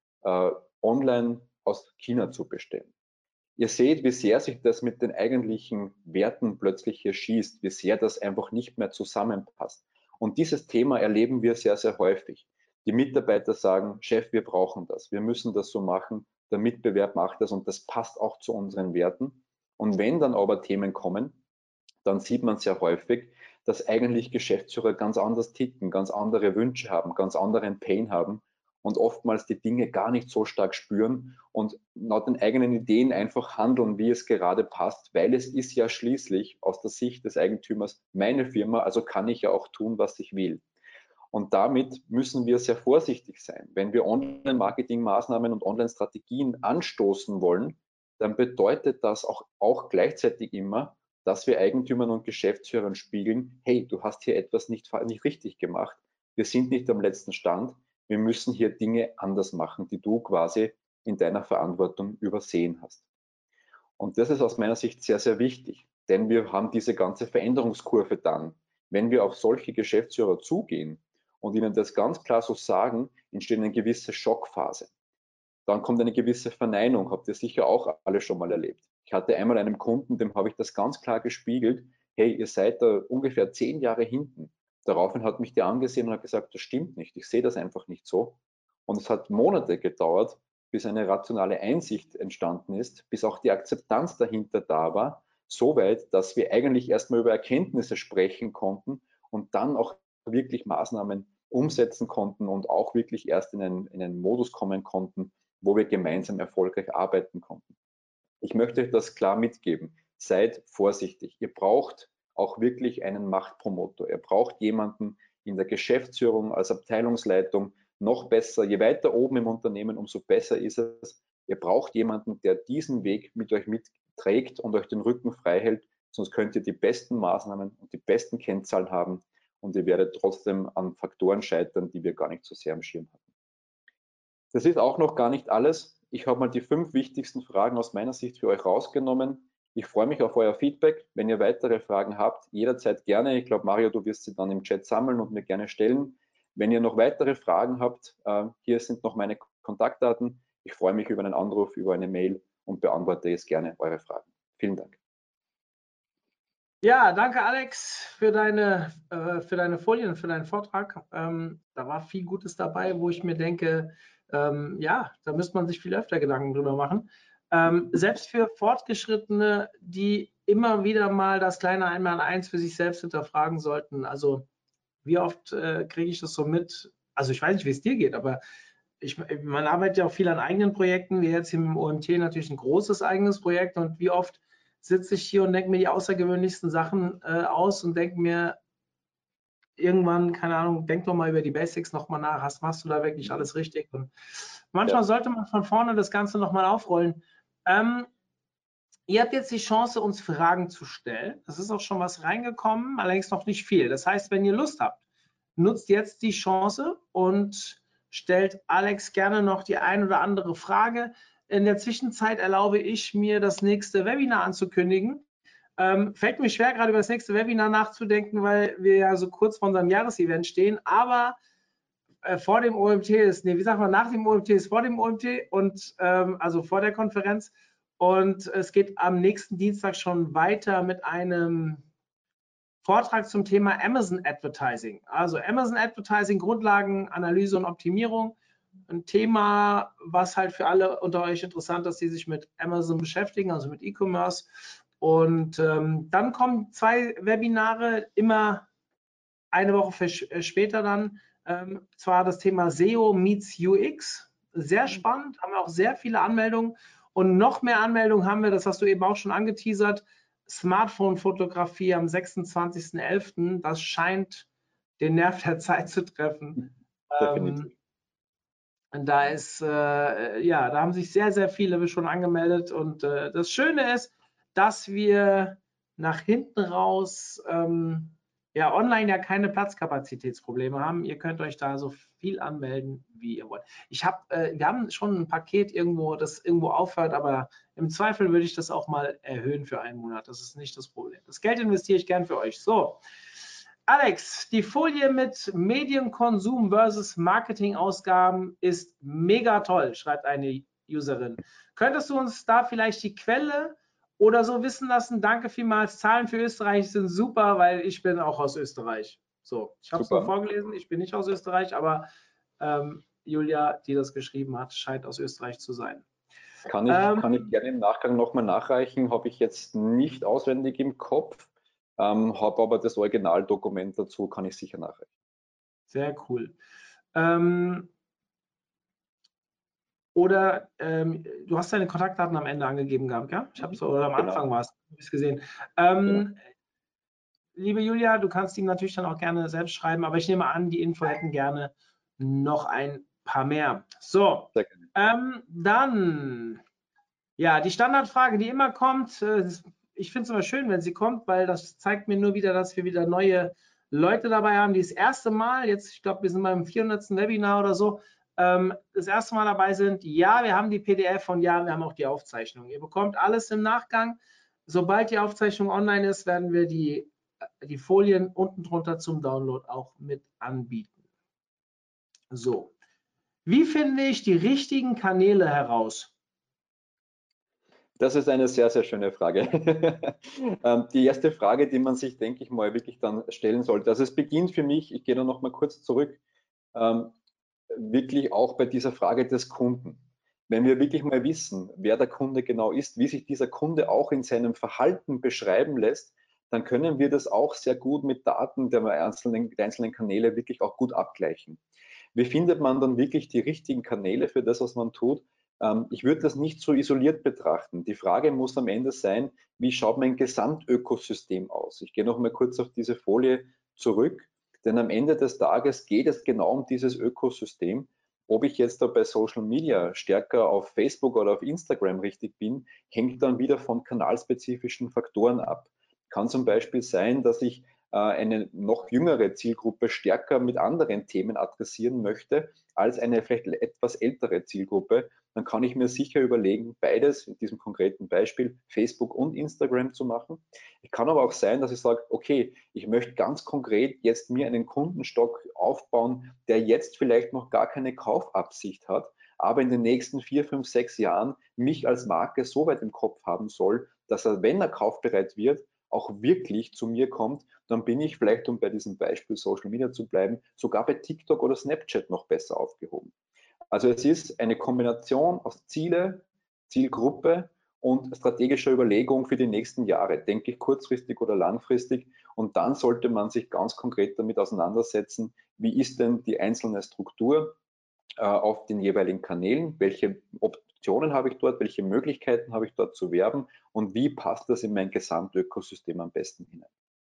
online aus China zu bestellen. Ihr seht, wie sehr sich das mit den eigentlichen Werten plötzlich hier schießt, wie sehr das einfach nicht mehr zusammenpasst. Und dieses Thema erleben wir sehr, sehr häufig. Die Mitarbeiter sagen, Chef, wir brauchen das, wir müssen das so machen, der Mitbewerb macht das und das passt auch zu unseren Werten. Und wenn dann aber Themen kommen, dann sieht man sehr häufig, dass eigentlich Geschäftsführer ganz anders ticken, ganz andere Wünsche haben, ganz anderen Pain haben und oftmals die Dinge gar nicht so stark spüren und nach den eigenen Ideen einfach handeln, wie es gerade passt, weil es ist ja schließlich aus der Sicht des Eigentümers meine Firma, also kann ich ja auch tun, was ich will. Und damit müssen wir sehr vorsichtig sein. Wenn wir Online-Marketing-Maßnahmen und Online-Strategien anstoßen wollen, dann bedeutet das auch gleichzeitig immer, dass wir Eigentümern und Geschäftsführern spiegeln, hey, du hast hier etwas nicht richtig gemacht. Wir sind nicht am letzten Stand. Wir müssen hier Dinge anders machen, die du quasi in deiner Verantwortung übersehen hast. Und das ist aus meiner Sicht sehr, sehr wichtig, denn wir haben diese ganze Veränderungskurve dann. Wenn wir auf solche Geschäftsführer zugehen und ihnen das ganz klar so sagen, entsteht eine gewisse Schockphase. Dann kommt eine gewisse Verneinung, habt ihr sicher auch alle schon mal erlebt. Ich hatte einmal einen Kunden, dem habe ich das ganz klar gespiegelt, hey, ihr seid da ungefähr 10 Jahre hinten. Daraufhin hat mich der angesehen und hat gesagt, das stimmt nicht, ich sehe das einfach nicht so. Und es hat Monate gedauert, bis eine rationale Einsicht entstanden ist, bis auch die Akzeptanz dahinter da war, soweit, dass wir eigentlich erstmal über Erkenntnisse sprechen konnten und dann auch wirklich Maßnahmen umsetzen konnten und auch wirklich erst in einen Modus kommen konnten, wo wir gemeinsam erfolgreich arbeiten konnten. Ich möchte euch das klar mitgeben. Seid vorsichtig. Ihr braucht auch wirklich einen Machtpromotor. Ihr braucht jemanden in der Geschäftsführung, als Abteilungsleitung, noch besser. Je weiter oben im Unternehmen, umso besser ist es. Ihr braucht jemanden, der diesen Weg mit euch mitträgt und euch den Rücken frei hält. Sonst könnt ihr die besten Maßnahmen und die besten Kennzahlen haben und ihr werdet trotzdem an Faktoren scheitern, die wir gar nicht so sehr am Schirm hatten. Das ist auch noch gar nicht alles. Ich habe mal die 5 wichtigsten Fragen aus meiner Sicht für euch rausgenommen. Ich freue mich auf euer Feedback. Wenn ihr weitere Fragen habt, jederzeit gerne. Ich glaube, Mario, du wirst sie dann im Chat sammeln und mir gerne stellen. Wenn ihr noch weitere Fragen habt, hier sind noch meine Kontaktdaten. Ich freue mich über einen Anruf, über eine Mail und beantworte jetzt gerne eure Fragen. Vielen Dank.
Ja, danke Alex für deine Folien, für deinen Vortrag. Da war viel Gutes dabei, wo ich mir denke, ja, da müsste man sich viel öfter Gedanken drüber machen. Selbst für Fortgeschrittene, die immer wieder mal das kleine Einmaleins für sich selbst hinterfragen sollten. Also wie oft kriege ich das so mit? Also ich weiß nicht, wie es dir geht, aber man arbeitet ja auch viel an eigenen Projekten, wie jetzt hier im OMT natürlich ein großes eigenes Projekt, und wie oft sitze ich hier und denke mir die außergewöhnlichsten Sachen aus und denke mir irgendwann, keine Ahnung, denk doch mal über die Basics nochmal nach, machst du da wirklich alles richtig? Und manchmal sollte man von vorne das Ganze nochmal aufrollen. Ihr habt jetzt die Chance, uns Fragen zu stellen. Das ist auch schon was reingekommen, allerdings noch nicht viel. Das heißt, wenn ihr Lust habt, nutzt jetzt die Chance und stellt Alex gerne noch die ein oder andere Frage. In der Zwischenzeit erlaube ich mir, das nächste Webinar anzukündigen. Fällt mir schwer, gerade über das nächste Webinar nachzudenken, weil wir ja so kurz vor unserem Jahresevent stehen. Aber vor dem OMT ist, nee, wie sagt man, nach dem OMT ist vor dem OMT und also vor der Konferenz. Und es geht am nächsten Dienstag schon weiter mit einem Vortrag zum Thema Amazon Advertising. Also Amazon Advertising, Grundlagen, Analyse und Optimierung. Ein Thema, was halt für alle unter euch interessant ist, die sich mit Amazon beschäftigen, also mit E-Commerce. Und dann kommen 2 Webinare, immer eine Woche später dann. Zwar das Thema SEO meets UX. Sehr spannend, haben wir auch sehr viele Anmeldungen. Und noch mehr Anmeldungen haben wir, das hast du eben auch schon angeteasert, Smartphone-Fotografie am 26.11. Das scheint den Nerv der Zeit zu treffen.
Definitiv.
Da ist, ja, da haben sich sehr, sehr viele schon angemeldet. Und das Schöne ist, dass wir nach hinten raus ja online ja keine Platzkapazitätsprobleme haben. Ihr könnt euch da so viel anmelden, wie ihr wollt. Wir haben schon ein Paket irgendwo, das irgendwo aufhört, aber im Zweifel würde ich das auch mal erhöhen für einen Monat. Das ist nicht das Problem. Das Geld investiere ich gern für euch. So, Alex, die Folie mit Medienkonsum versus Marketingausgaben ist mega toll, schreibt eine Userin. Könntest du uns da vielleicht die Quelle oder so wissen lassen? Danke vielmals. Zahlen für Österreich sind super, weil ich bin auch aus Österreich. So, ich habe es nur vorgelesen, ich bin nicht aus Österreich, aber Julia, die das geschrieben hat, scheint aus Österreich zu sein.
Kann ich gerne im Nachgang nochmal nachreichen, habe ich jetzt nicht auswendig im Kopf, habe aber das Originaldokument dazu, kann ich sicher nachreichen.
Sehr cool. Oder du hast deine Kontaktdaten am Ende angegeben gehabt, ja? Ich habe es, oder am Anfang war es, habe ich es gesehen. Liebe Julia, du kannst ihm natürlich dann auch gerne selbst schreiben, aber ich nehme an, die Info hätten gerne noch ein paar mehr. So, dann, ja, die Standardfrage, die immer kommt, ich finde es immer schön, wenn sie kommt, weil das zeigt mir nur wieder, dass wir wieder neue Leute dabei haben, die das erste Mal, jetzt, ich glaube, wir sind beim 400. Webinar oder so, das erste Mal dabei sind. Ja, wir haben die PDF und ja, wir haben auch die Aufzeichnung. Ihr bekommt alles im Nachgang. Sobald die Aufzeichnung online ist, werden wir die Folien unten drunter zum Download auch mit anbieten. So, wie finde ich die richtigen Kanäle heraus?
Das ist eine sehr, sehr schöne Frage. Die erste Frage, die man sich, denke ich mal, wirklich dann stellen sollte. Also es beginnt für mich, ich gehe da noch mal kurz zurück, wirklich auch bei dieser Frage des Kunden. Wenn wir wirklich mal wissen, wer der Kunde genau ist, wie sich dieser Kunde auch in seinem Verhalten beschreiben lässt, dann können wir das auch sehr gut mit Daten der einzelnen Kanäle wirklich auch gut abgleichen. Wie findet man dann wirklich die richtigen Kanäle für das, was man tut? Ich würde das nicht so isoliert betrachten. Die Frage muss am Ende sein, wie schaut mein Gesamtökosystem aus? Ich gehe noch mal kurz auf diese Folie zurück, denn am Ende des Tages geht es genau um dieses Ökosystem. Ob ich jetzt da bei Social Media stärker auf Facebook oder auf Instagram richtig bin, hängt dann wieder von kanalspezifischen Faktoren ab. Kann zum Beispiel sein, dass ich eine noch jüngere Zielgruppe stärker mit anderen Themen adressieren möchte, als eine vielleicht etwas ältere Zielgruppe, dann kann ich mir sicher überlegen, beides, in diesem konkreten Beispiel, Facebook und Instagram zu machen. Es kann aber auch sein, dass ich sage, okay, ich möchte ganz konkret jetzt mir einen Kundenstock aufbauen, der jetzt vielleicht noch gar keine Kaufabsicht hat, aber in den nächsten 4, 5, 6 Jahren mich als Marke so weit im Kopf haben soll, dass er, wenn er kaufbereit wird, auch wirklich zu mir kommt, dann bin ich vielleicht, um bei diesem Beispiel Social Media zu bleiben, sogar bei TikTok oder Snapchat noch besser aufgehoben. Also es ist eine Kombination aus Ziele, Zielgruppe und strategischer Überlegung für die nächsten Jahre, denke ich kurzfristig oder langfristig. Und dann sollte man sich ganz konkret damit auseinandersetzen, wie ist denn die einzelne Struktur auf den jeweiligen Kanälen, welche Optionen habe ich dort, welche Möglichkeiten habe ich dort zu werben und wie passt das in mein Gesamtökosystem am besten hinein.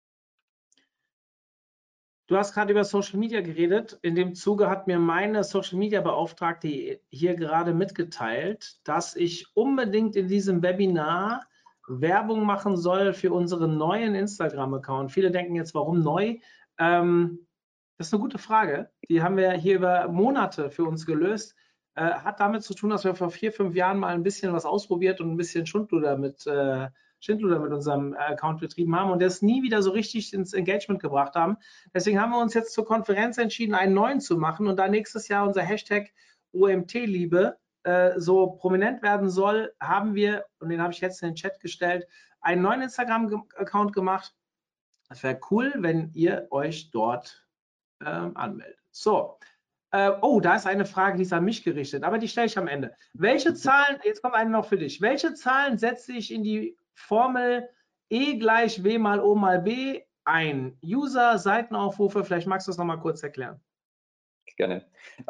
Du hast gerade über Social Media geredet. In dem Zuge hat mir meine Social Media Beauftragte hier gerade mitgeteilt, dass ich unbedingt in diesem Webinar Werbung machen soll für unseren neuen Instagram-Account. Viele denken jetzt, warum neu? Das ist eine gute Frage. Die haben wir hier über Monate für uns gelöst. Hat damit zu tun, dass wir vor 4, 5 Jahren mal ein bisschen was ausprobiert und ein bisschen Schindluder mit unserem Account betrieben haben und das nie wieder so richtig ins Engagement gebracht haben. Deswegen haben wir uns jetzt zur Konferenz entschieden, einen neuen zu machen und da nächstes Jahr unser Hashtag OMT-Liebe so prominent werden soll, haben wir, und den habe ich jetzt in den Chat gestellt, einen neuen Instagram-Account gemacht. Das wäre cool, wenn ihr euch dort anmeldet. So, oh, da ist eine Frage, die ist an mich gerichtet, aber die stelle ich am Ende. Welche Zahlen, jetzt kommt eine noch für dich, welche Zahlen setze ich in die Formel E gleich W mal O mal B ein? User, Seitenaufrufe, vielleicht magst du das nochmal kurz erklären.
Gerne.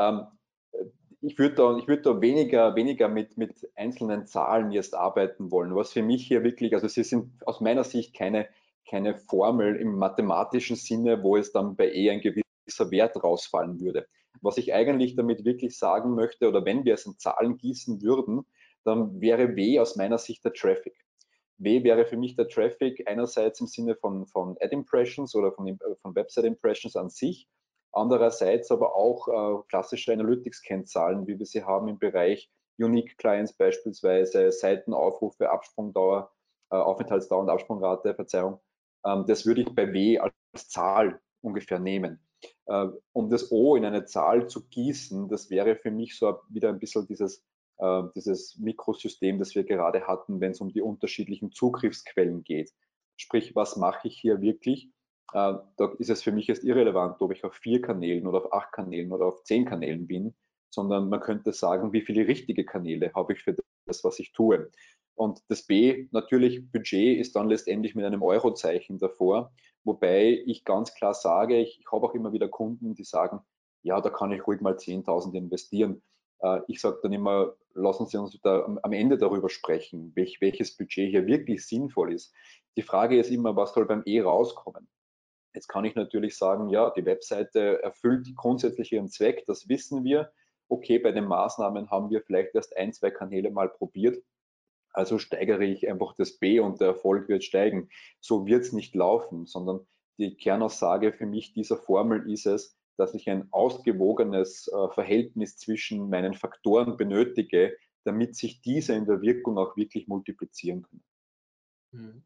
Ich würde da weniger mit einzelnen Zahlen jetzt arbeiten wollen. Was für mich hier wirklich, also sie sind aus meiner Sicht keine Formel im mathematischen Sinne, wo es dann bei E ein gewisser Wert rausfallen würde. Was ich eigentlich damit wirklich sagen möchte, oder wenn wir es in Zahlen gießen würden, dann wäre W aus meiner Sicht der Traffic. W wäre für mich der Traffic einerseits im Sinne von Ad Impressions oder von Website Impressions an sich, andererseits aber auch klassische Analytics-Kennzahlen, wie wir sie haben im Bereich Unique Clients beispielsweise, Seitenaufrufe, Absprungdauer, Aufenthaltsdauer und Absprungrate, Verzeihung. Das würde ich bei W als Zahl ungefähr nehmen. Um das O in eine Zahl zu gießen, das wäre für mich so wieder ein bisschen dieses Mikrosystem, das wir gerade hatten, wenn es um die unterschiedlichen Zugriffsquellen geht. Sprich, was mache ich hier wirklich? Da ist es für mich jetzt irrelevant, ob ich auf 4 Kanälen oder auf 8 Kanälen oder auf 10 Kanälen bin, sondern man könnte sagen, wie viele richtige Kanäle habe ich für das, was ich tue. Und das B, natürlich, Budget ist dann letztendlich mit einem Eurozeichen davor, wobei ich ganz klar sage, ich habe auch immer wieder Kunden, die sagen, ja, da kann ich ruhig mal 10.000 investieren. Ich sage dann immer, lassen Sie uns da am Ende darüber sprechen, welches Budget hier wirklich sinnvoll ist. Die Frage ist immer, was soll beim E rauskommen? Jetzt kann ich natürlich sagen, ja, die Webseite erfüllt grundsätzlich ihren Zweck, das wissen wir. Okay, bei den Maßnahmen haben wir vielleicht erst 1, 2 Kanäle mal probiert. Also steigere ich einfach das B und der Erfolg wird steigen. So wird es nicht laufen, sondern die Kernaussage für mich dieser Formel ist es, dass ich ein ausgewogenes Verhältnis zwischen meinen Faktoren benötige, damit sich diese in der Wirkung auch wirklich multiplizieren können.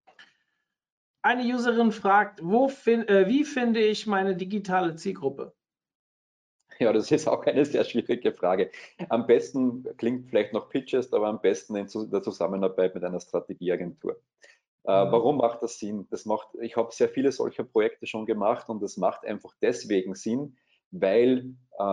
Eine Userin fragt, wie finde ich meine digitale Zielgruppe?
Ja, das ist auch eine sehr schwierige Frage. Am besten klingt vielleicht noch Pinterest, aber am besten in der Zusammenarbeit mit einer Strategieagentur. Warum macht das Sinn? Ich habe sehr viele solcher Projekte schon gemacht und das macht einfach deswegen Sinn, weil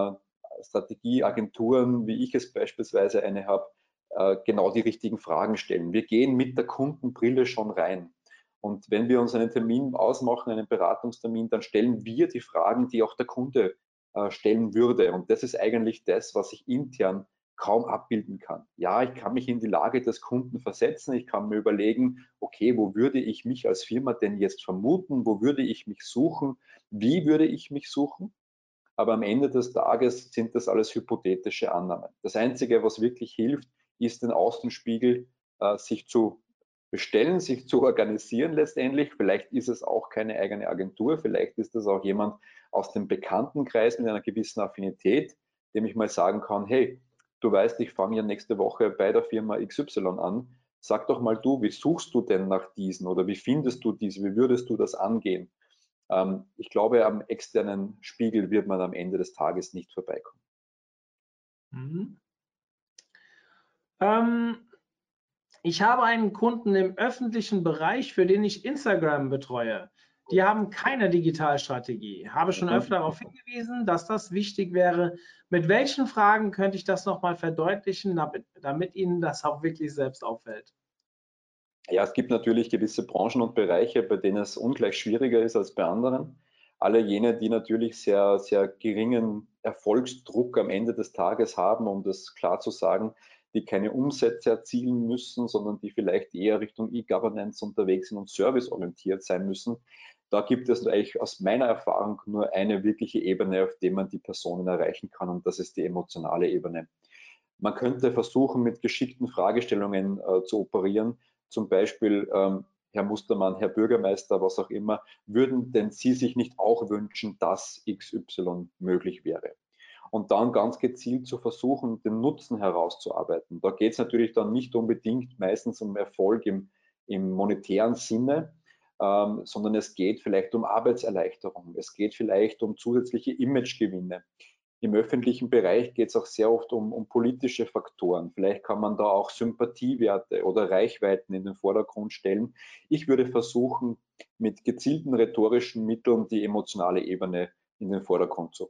Strategieagenturen, wie ich es beispielsweise eine habe, genau die richtigen Fragen stellen. Wir gehen mit der Kundenbrille schon rein. Und wenn wir uns einen Termin ausmachen, einen Beratungstermin, dann stellen wir die Fragen, die auch der Kunde stellen würde. Und das ist eigentlich das, was ich intern kaum abbilden kann. Ja, ich kann mich in die Lage des Kunden versetzen. Ich kann mir überlegen, okay, wo würde ich mich als Firma denn jetzt vermuten? Wo würde ich mich suchen? Wie würde ich mich suchen? Aber am Ende des Tages sind das alles hypothetische Annahmen. Das Einzige, was wirklich hilft, ist den Außenspiegel sich zu bestellen, sich zu organisieren letztendlich. Vielleicht ist es auch keine eigene Agentur, vielleicht ist es auch jemand aus dem Bekanntenkreis mit einer gewissen Affinität, dem ich mal sagen kann, hey, du weißt, ich fange ja nächste Woche bei der Firma XY an. Sag doch mal du, wie suchst du denn nach diesen oder wie findest du diese, wie würdest du das angehen? Ich glaube, am externen Spiegel wird man am Ende des Tages nicht vorbeikommen.
Ich habe einen Kunden im öffentlichen Bereich, für den ich Instagram betreue. Die haben keine Digitalstrategie. Habe schon öfter darauf hingewiesen, dass das wichtig wäre. Mit welchen Fragen könnte ich das nochmal verdeutlichen, damit Ihnen das auch wirklich selbst auffällt?
Ja, es gibt natürlich gewisse Branchen und Bereiche, bei denen es ungleich schwieriger ist als bei anderen. Alle jene, die natürlich sehr, sehr geringen Erfolgsdruck am Ende des Tages haben, um das klar zu sagen, die keine Umsätze erzielen müssen, sondern die vielleicht eher Richtung E-Governance unterwegs sind und serviceorientiert sein müssen. Da gibt es eigentlich aus meiner Erfahrung nur eine wirkliche Ebene, auf der man die Personen erreichen kann, und das ist die emotionale Ebene. Man könnte versuchen, mit geschickten Fragestellungen zu operieren. Zum Beispiel, Herr Mustermann, Herr Bürgermeister, was auch immer, würden denn Sie sich nicht auch wünschen, dass XY möglich wäre? Und dann ganz gezielt zu versuchen, den Nutzen herauszuarbeiten. Da geht es natürlich dann nicht unbedingt meistens um Erfolg im monetären Sinne, sondern es geht vielleicht um Arbeitserleichterung, es geht vielleicht um zusätzliche Imagegewinne. im öffentlichen Bereich geht es auch sehr oft um politische Faktoren. Vielleicht kann man da auch Sympathiewerte oder Reichweiten in den Vordergrund stellen. Ich würde versuchen, mit gezielten rhetorischen Mitteln die emotionale Ebene in den Vordergrund zu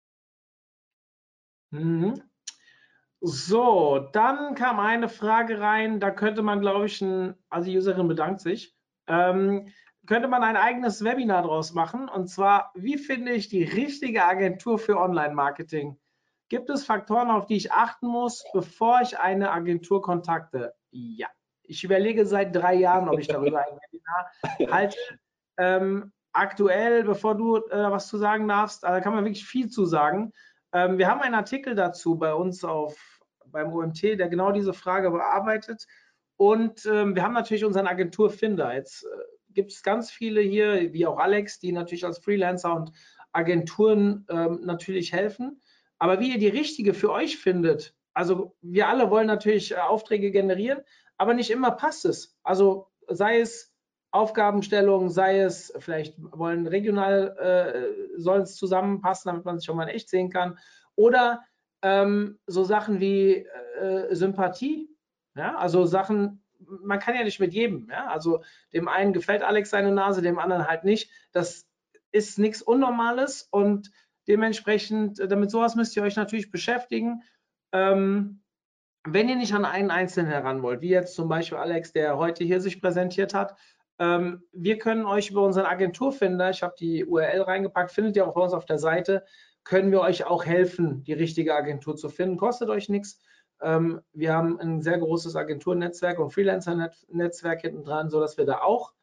rücken.
Mhm. So, dann kam eine Frage rein, da könnte man, glaube ich, also die Userin bedankt sich, könnte man ein eigenes Webinar draus machen, und zwar, wie finde ich die richtige Agentur für Online-Marketing? Gibt es Faktoren, auf die ich achten muss, bevor ich eine Agentur kontakte? Ja, ich überlege seit 3 Jahren, ob ich darüber ein Webinar halte. Aktuell, bevor du was zu sagen darfst, da kann man wirklich viel zu sagen. Wir haben einen Artikel dazu bei uns beim OMT, der genau diese Frage bearbeitet. Und wir haben natürlich unseren Agenturfinder. Jetzt gibt es ganz viele hier, wie auch Alex, die natürlich als Freelancer und Agenturen natürlich helfen. Aber wie ihr die richtige für euch findet, also wir alle wollen natürlich Aufträge generieren, aber nicht immer passt es. Also sei es Aufgabenstellung, sei es vielleicht wollen regional, soll es zusammenpassen, damit man sich auch mal in echt sehen kann. Oder so Sachen wie Sympathie, ja, also Sachen, man kann ja nicht mit jedem, ja, also dem einen gefällt Alex seine Nase, dem anderen halt nicht. Das ist nichts Unnormales, und dementsprechend, damit sowas müsst ihr euch natürlich beschäftigen. Wenn ihr nicht an einen Einzelnen heran wollt, wie jetzt zum Beispiel Alex, der heute hier sich präsentiert hat, wir können euch über unseren Agenturfinder, ich habe die URL reingepackt, findet ihr auch bei uns auf der Seite, können wir euch auch helfen, die richtige Agentur zu finden. Kostet euch nichts. Wir haben ein sehr großes Agenturnetzwerk und Freelancer-Netzwerk hinten dran, sodass wir da auch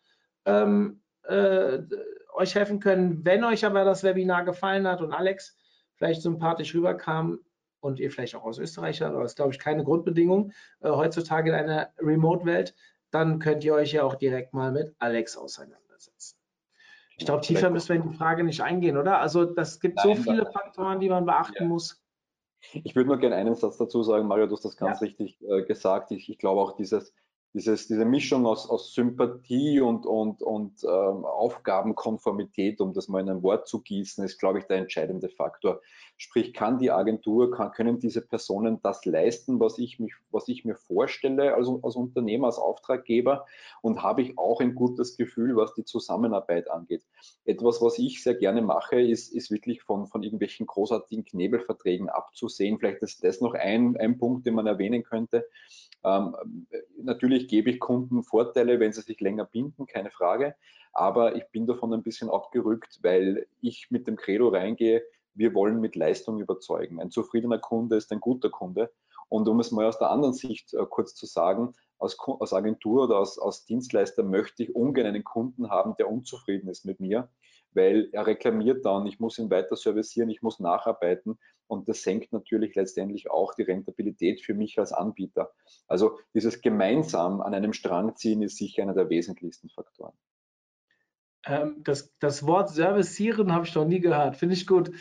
euch helfen können. Wenn euch aber das Webinar gefallen hat und Alex vielleicht sympathisch rüberkam und ihr vielleicht auch aus Österreich seid, aber das ist, glaube ich, keine Grundbedingung heutzutage in einer Remote-Welt, dann könnt ihr euch ja auch direkt mal mit Alex auseinandersetzen. Ich glaube, tiefer müssen wir in die Frage nicht eingehen, oder? Also das gibt so viele Faktoren, die man beachten muss.
Ich würde nur gerne einen Satz dazu sagen, Mario, du hast das ganz richtig gesagt. Ich glaube auch diese Mischung aus Sympathie und Aufgabenkonformität, um das mal in ein Wort zu gießen, ist, glaube ich, der entscheidende Faktor. Sprich, kann die Agentur, können diese Personen das leisten, was ich mir vorstelle als Unternehmer, als Auftraggeber, und habe ich auch ein gutes Gefühl, was die Zusammenarbeit angeht. Etwas, was ich sehr gerne mache, ist wirklich von irgendwelchen großartigen Knebelverträgen abzusehen. Vielleicht ist das noch ein Punkt, den man erwähnen könnte. Natürlich gebe ich Kunden Vorteile, wenn sie sich länger binden, keine Frage. Aber ich bin davon ein bisschen abgerückt, weil ich mit dem Credo reingehe, wir wollen mit Leistung überzeugen. Ein zufriedener Kunde ist ein guter Kunde. Und um es mal aus der anderen Sicht kurz zu sagen, als Agentur oder als Dienstleister möchte ich ungern einen Kunden haben, der unzufrieden ist mit mir, weil er reklamiert dann, ich muss ihn weiter servicieren, ich muss nacharbeiten, und das senkt natürlich letztendlich auch die Rentabilität für mich als Anbieter. Also dieses gemeinsam an einem Strang ziehen ist sicher einer der wesentlichsten Faktoren.
Das Wort servicieren habe ich noch nie gehört, finde ich gut.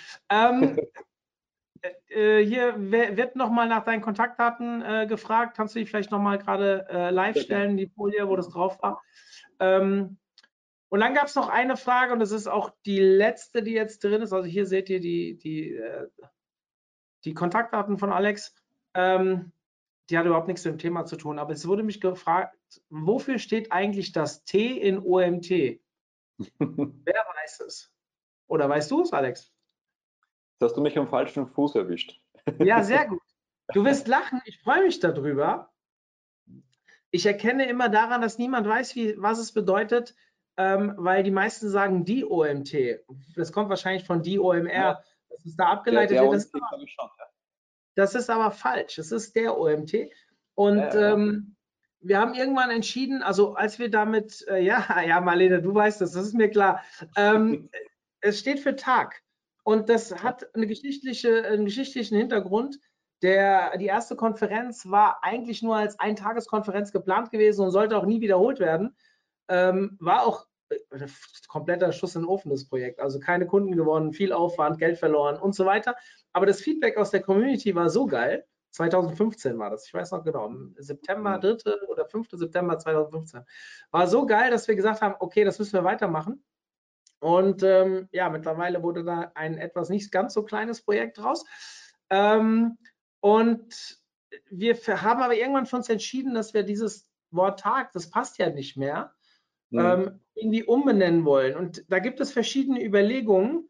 Hier wird nochmal nach deinen Kontaktdaten gefragt. Kannst du die vielleicht nochmal gerade live stellen, die Folie, wo das drauf war? Und dann gab es noch eine Frage, und das ist auch die letzte, die jetzt drin ist. Also hier seht ihr die Kontaktdaten von Alex. Die hat überhaupt nichts mit dem Thema zu tun. Aber es wurde mich gefragt, wofür steht eigentlich das T in OMT? Wer weiß es? Oder weißt du es, Alex?
Jetzt hast du mich am falschen Fuß erwischt.
Ja, sehr gut. Du wirst lachen, ich freue mich darüber. Ich erkenne immer daran, dass niemand weiß, was es bedeutet, weil die meisten sagen die OMT. Das kommt wahrscheinlich von die OMR,
Ja,
dass es da abgeleitet wird.
ja.
Das ist aber falsch. Es ist der OMT. Und wir haben irgendwann entschieden, also als wir damit, ja, Marlene, du weißt das ist mir klar. Es steht für Tag. Und das hat einen geschichtlichen Hintergrund. Die erste Konferenz war eigentlich nur als Eintageskonferenz geplant gewesen und sollte auch nie wiederholt werden. War auch kompletter Schuss in den Ofen, das Projekt. Also keine Kunden gewonnen, viel Aufwand, Geld verloren und so weiter. Aber das Feedback aus der Community war so geil. 2015 war das, ich weiß noch genau, im September, 3. oder 5. September 2015. War so geil, dass wir gesagt haben, okay, das müssen wir weitermachen. Und ja, mittlerweile wurde da ein etwas nicht ganz so kleines Projekt draus. Und wir haben aber irgendwann für uns entschieden, dass wir dieses Wort Tag, das passt ja nicht mehr, irgendwie umbenennen wollen. Und da gibt es verschiedene Überlegungen.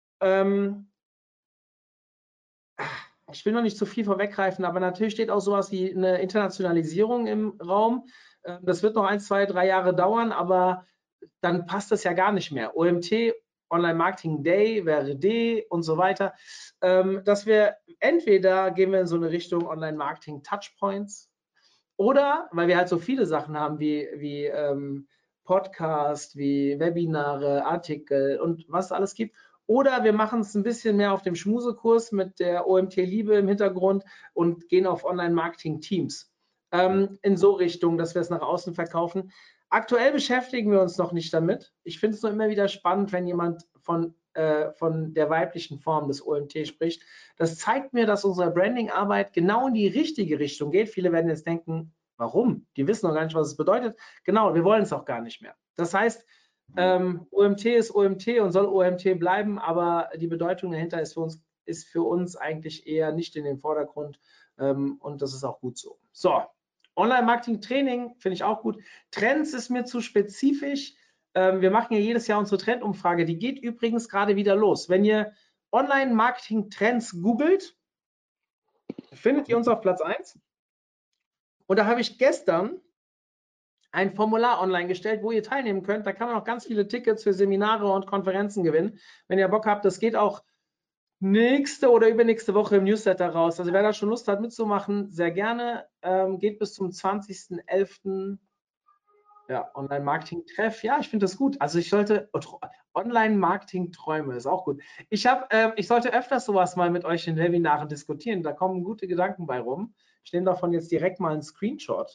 Ich will noch nicht zu viel vorweggreifen, aber natürlich steht auch sowas wie eine Internationalisierung im Raum. Das wird noch 1, 2, 3 Jahre dauern, aber dann passt das ja gar nicht mehr. OMT, Online Marketing Day, wäre D und so weiter. Dass wir entweder gehen wir in so eine Richtung Online Marketing Touchpoints oder, weil wir halt so viele Sachen haben wie Podcast, wie Webinare, Artikel und was es alles gibt. Oder wir machen es ein bisschen mehr auf dem Schmusekurs mit der OMT Liebe im Hintergrund und gehen auf Online-Marketing-Teams. In so Richtung, dass wir es nach außen verkaufen. Aktuell beschäftigen wir uns noch nicht damit. Ich finde es nur immer wieder spannend, wenn jemand von der weiblichen Form des OMT spricht. Das zeigt mir, dass unsere Branding-Arbeit genau in die richtige Richtung geht. Viele werden jetzt denken, warum? Die wissen noch gar nicht, was es bedeutet. Genau, wir wollen es auch gar nicht mehr. Das heißt, OMT ist OMT und soll OMT bleiben, aber die Bedeutung dahinter ist für uns eigentlich eher nicht in den Vordergrund und das ist auch gut so. So, Online-Marketing-Training finde ich auch gut. Trends ist mir zu spezifisch. Wir machen ja jedes Jahr unsere Trendumfrage. Die geht übrigens gerade wieder los. Wenn ihr Online-Marketing-Trends googelt, findet ihr uns auf Platz 1. Und da habe ich gestern ein Formular online gestellt, wo ihr teilnehmen könnt. Da kann man auch ganz viele Tickets für Seminare und Konferenzen gewinnen. Wenn ihr Bock habt, das geht auch nächste oder übernächste Woche im Newsletter raus. Also wer da schon Lust hat mitzumachen, sehr gerne. Geht bis zum 20.11. Ja, Online-Marketing-Treff. Ja, ich finde das gut. Also ich sollte Online-Marketing-Träume ist auch gut. Ich sollte öfters sowas mal mit euch in Webinaren diskutieren. Da kommen gute Gedanken bei rum. Ich nehme davon jetzt direkt mal einen Screenshot.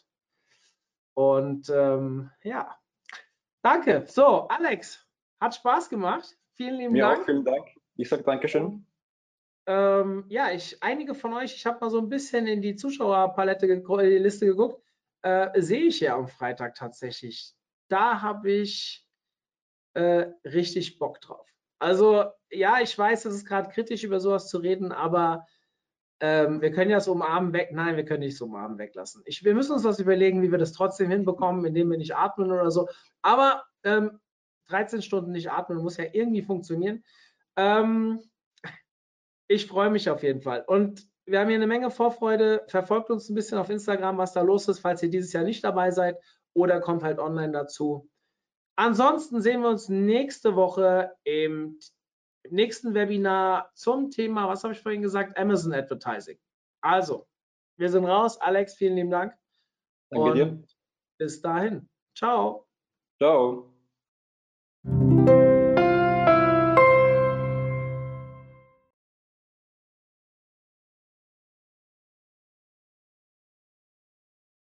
Und ja, danke. So, Alex, hat Spaß gemacht. Vielen lieben
Mir
Dank.
auch, vielen Dank. Ich sage Dankeschön.
Ja, einige von euch, ich habe mal so ein bisschen in die Zuschauerpalette-Liste geguckt, sehe ich ja am Freitag tatsächlich. Da habe ich richtig Bock drauf. Also ja, ich weiß, es ist gerade kritisch, über sowas zu reden, aber wir können ja das Umarmen weg. Nein, wir können nicht das Umarmen weglassen. Wir müssen uns was überlegen, wie wir das trotzdem hinbekommen, indem wir nicht atmen oder so. Aber 13 Stunden nicht atmen muss ja irgendwie funktionieren. Ich freue mich auf jeden Fall. Und wir haben hier eine Menge Vorfreude. Verfolgt uns ein bisschen auf Instagram, was da los ist, falls ihr dieses Jahr nicht dabei seid oder kommt halt online dazu. Ansonsten sehen wir uns nächste Woche im nächsten Webinar zum Thema, was habe ich vorhin gesagt? Amazon Advertising. Also, wir sind raus. Alex, vielen lieben Dank.
Danke dir.
Und bis dahin. Ciao.
Ciao.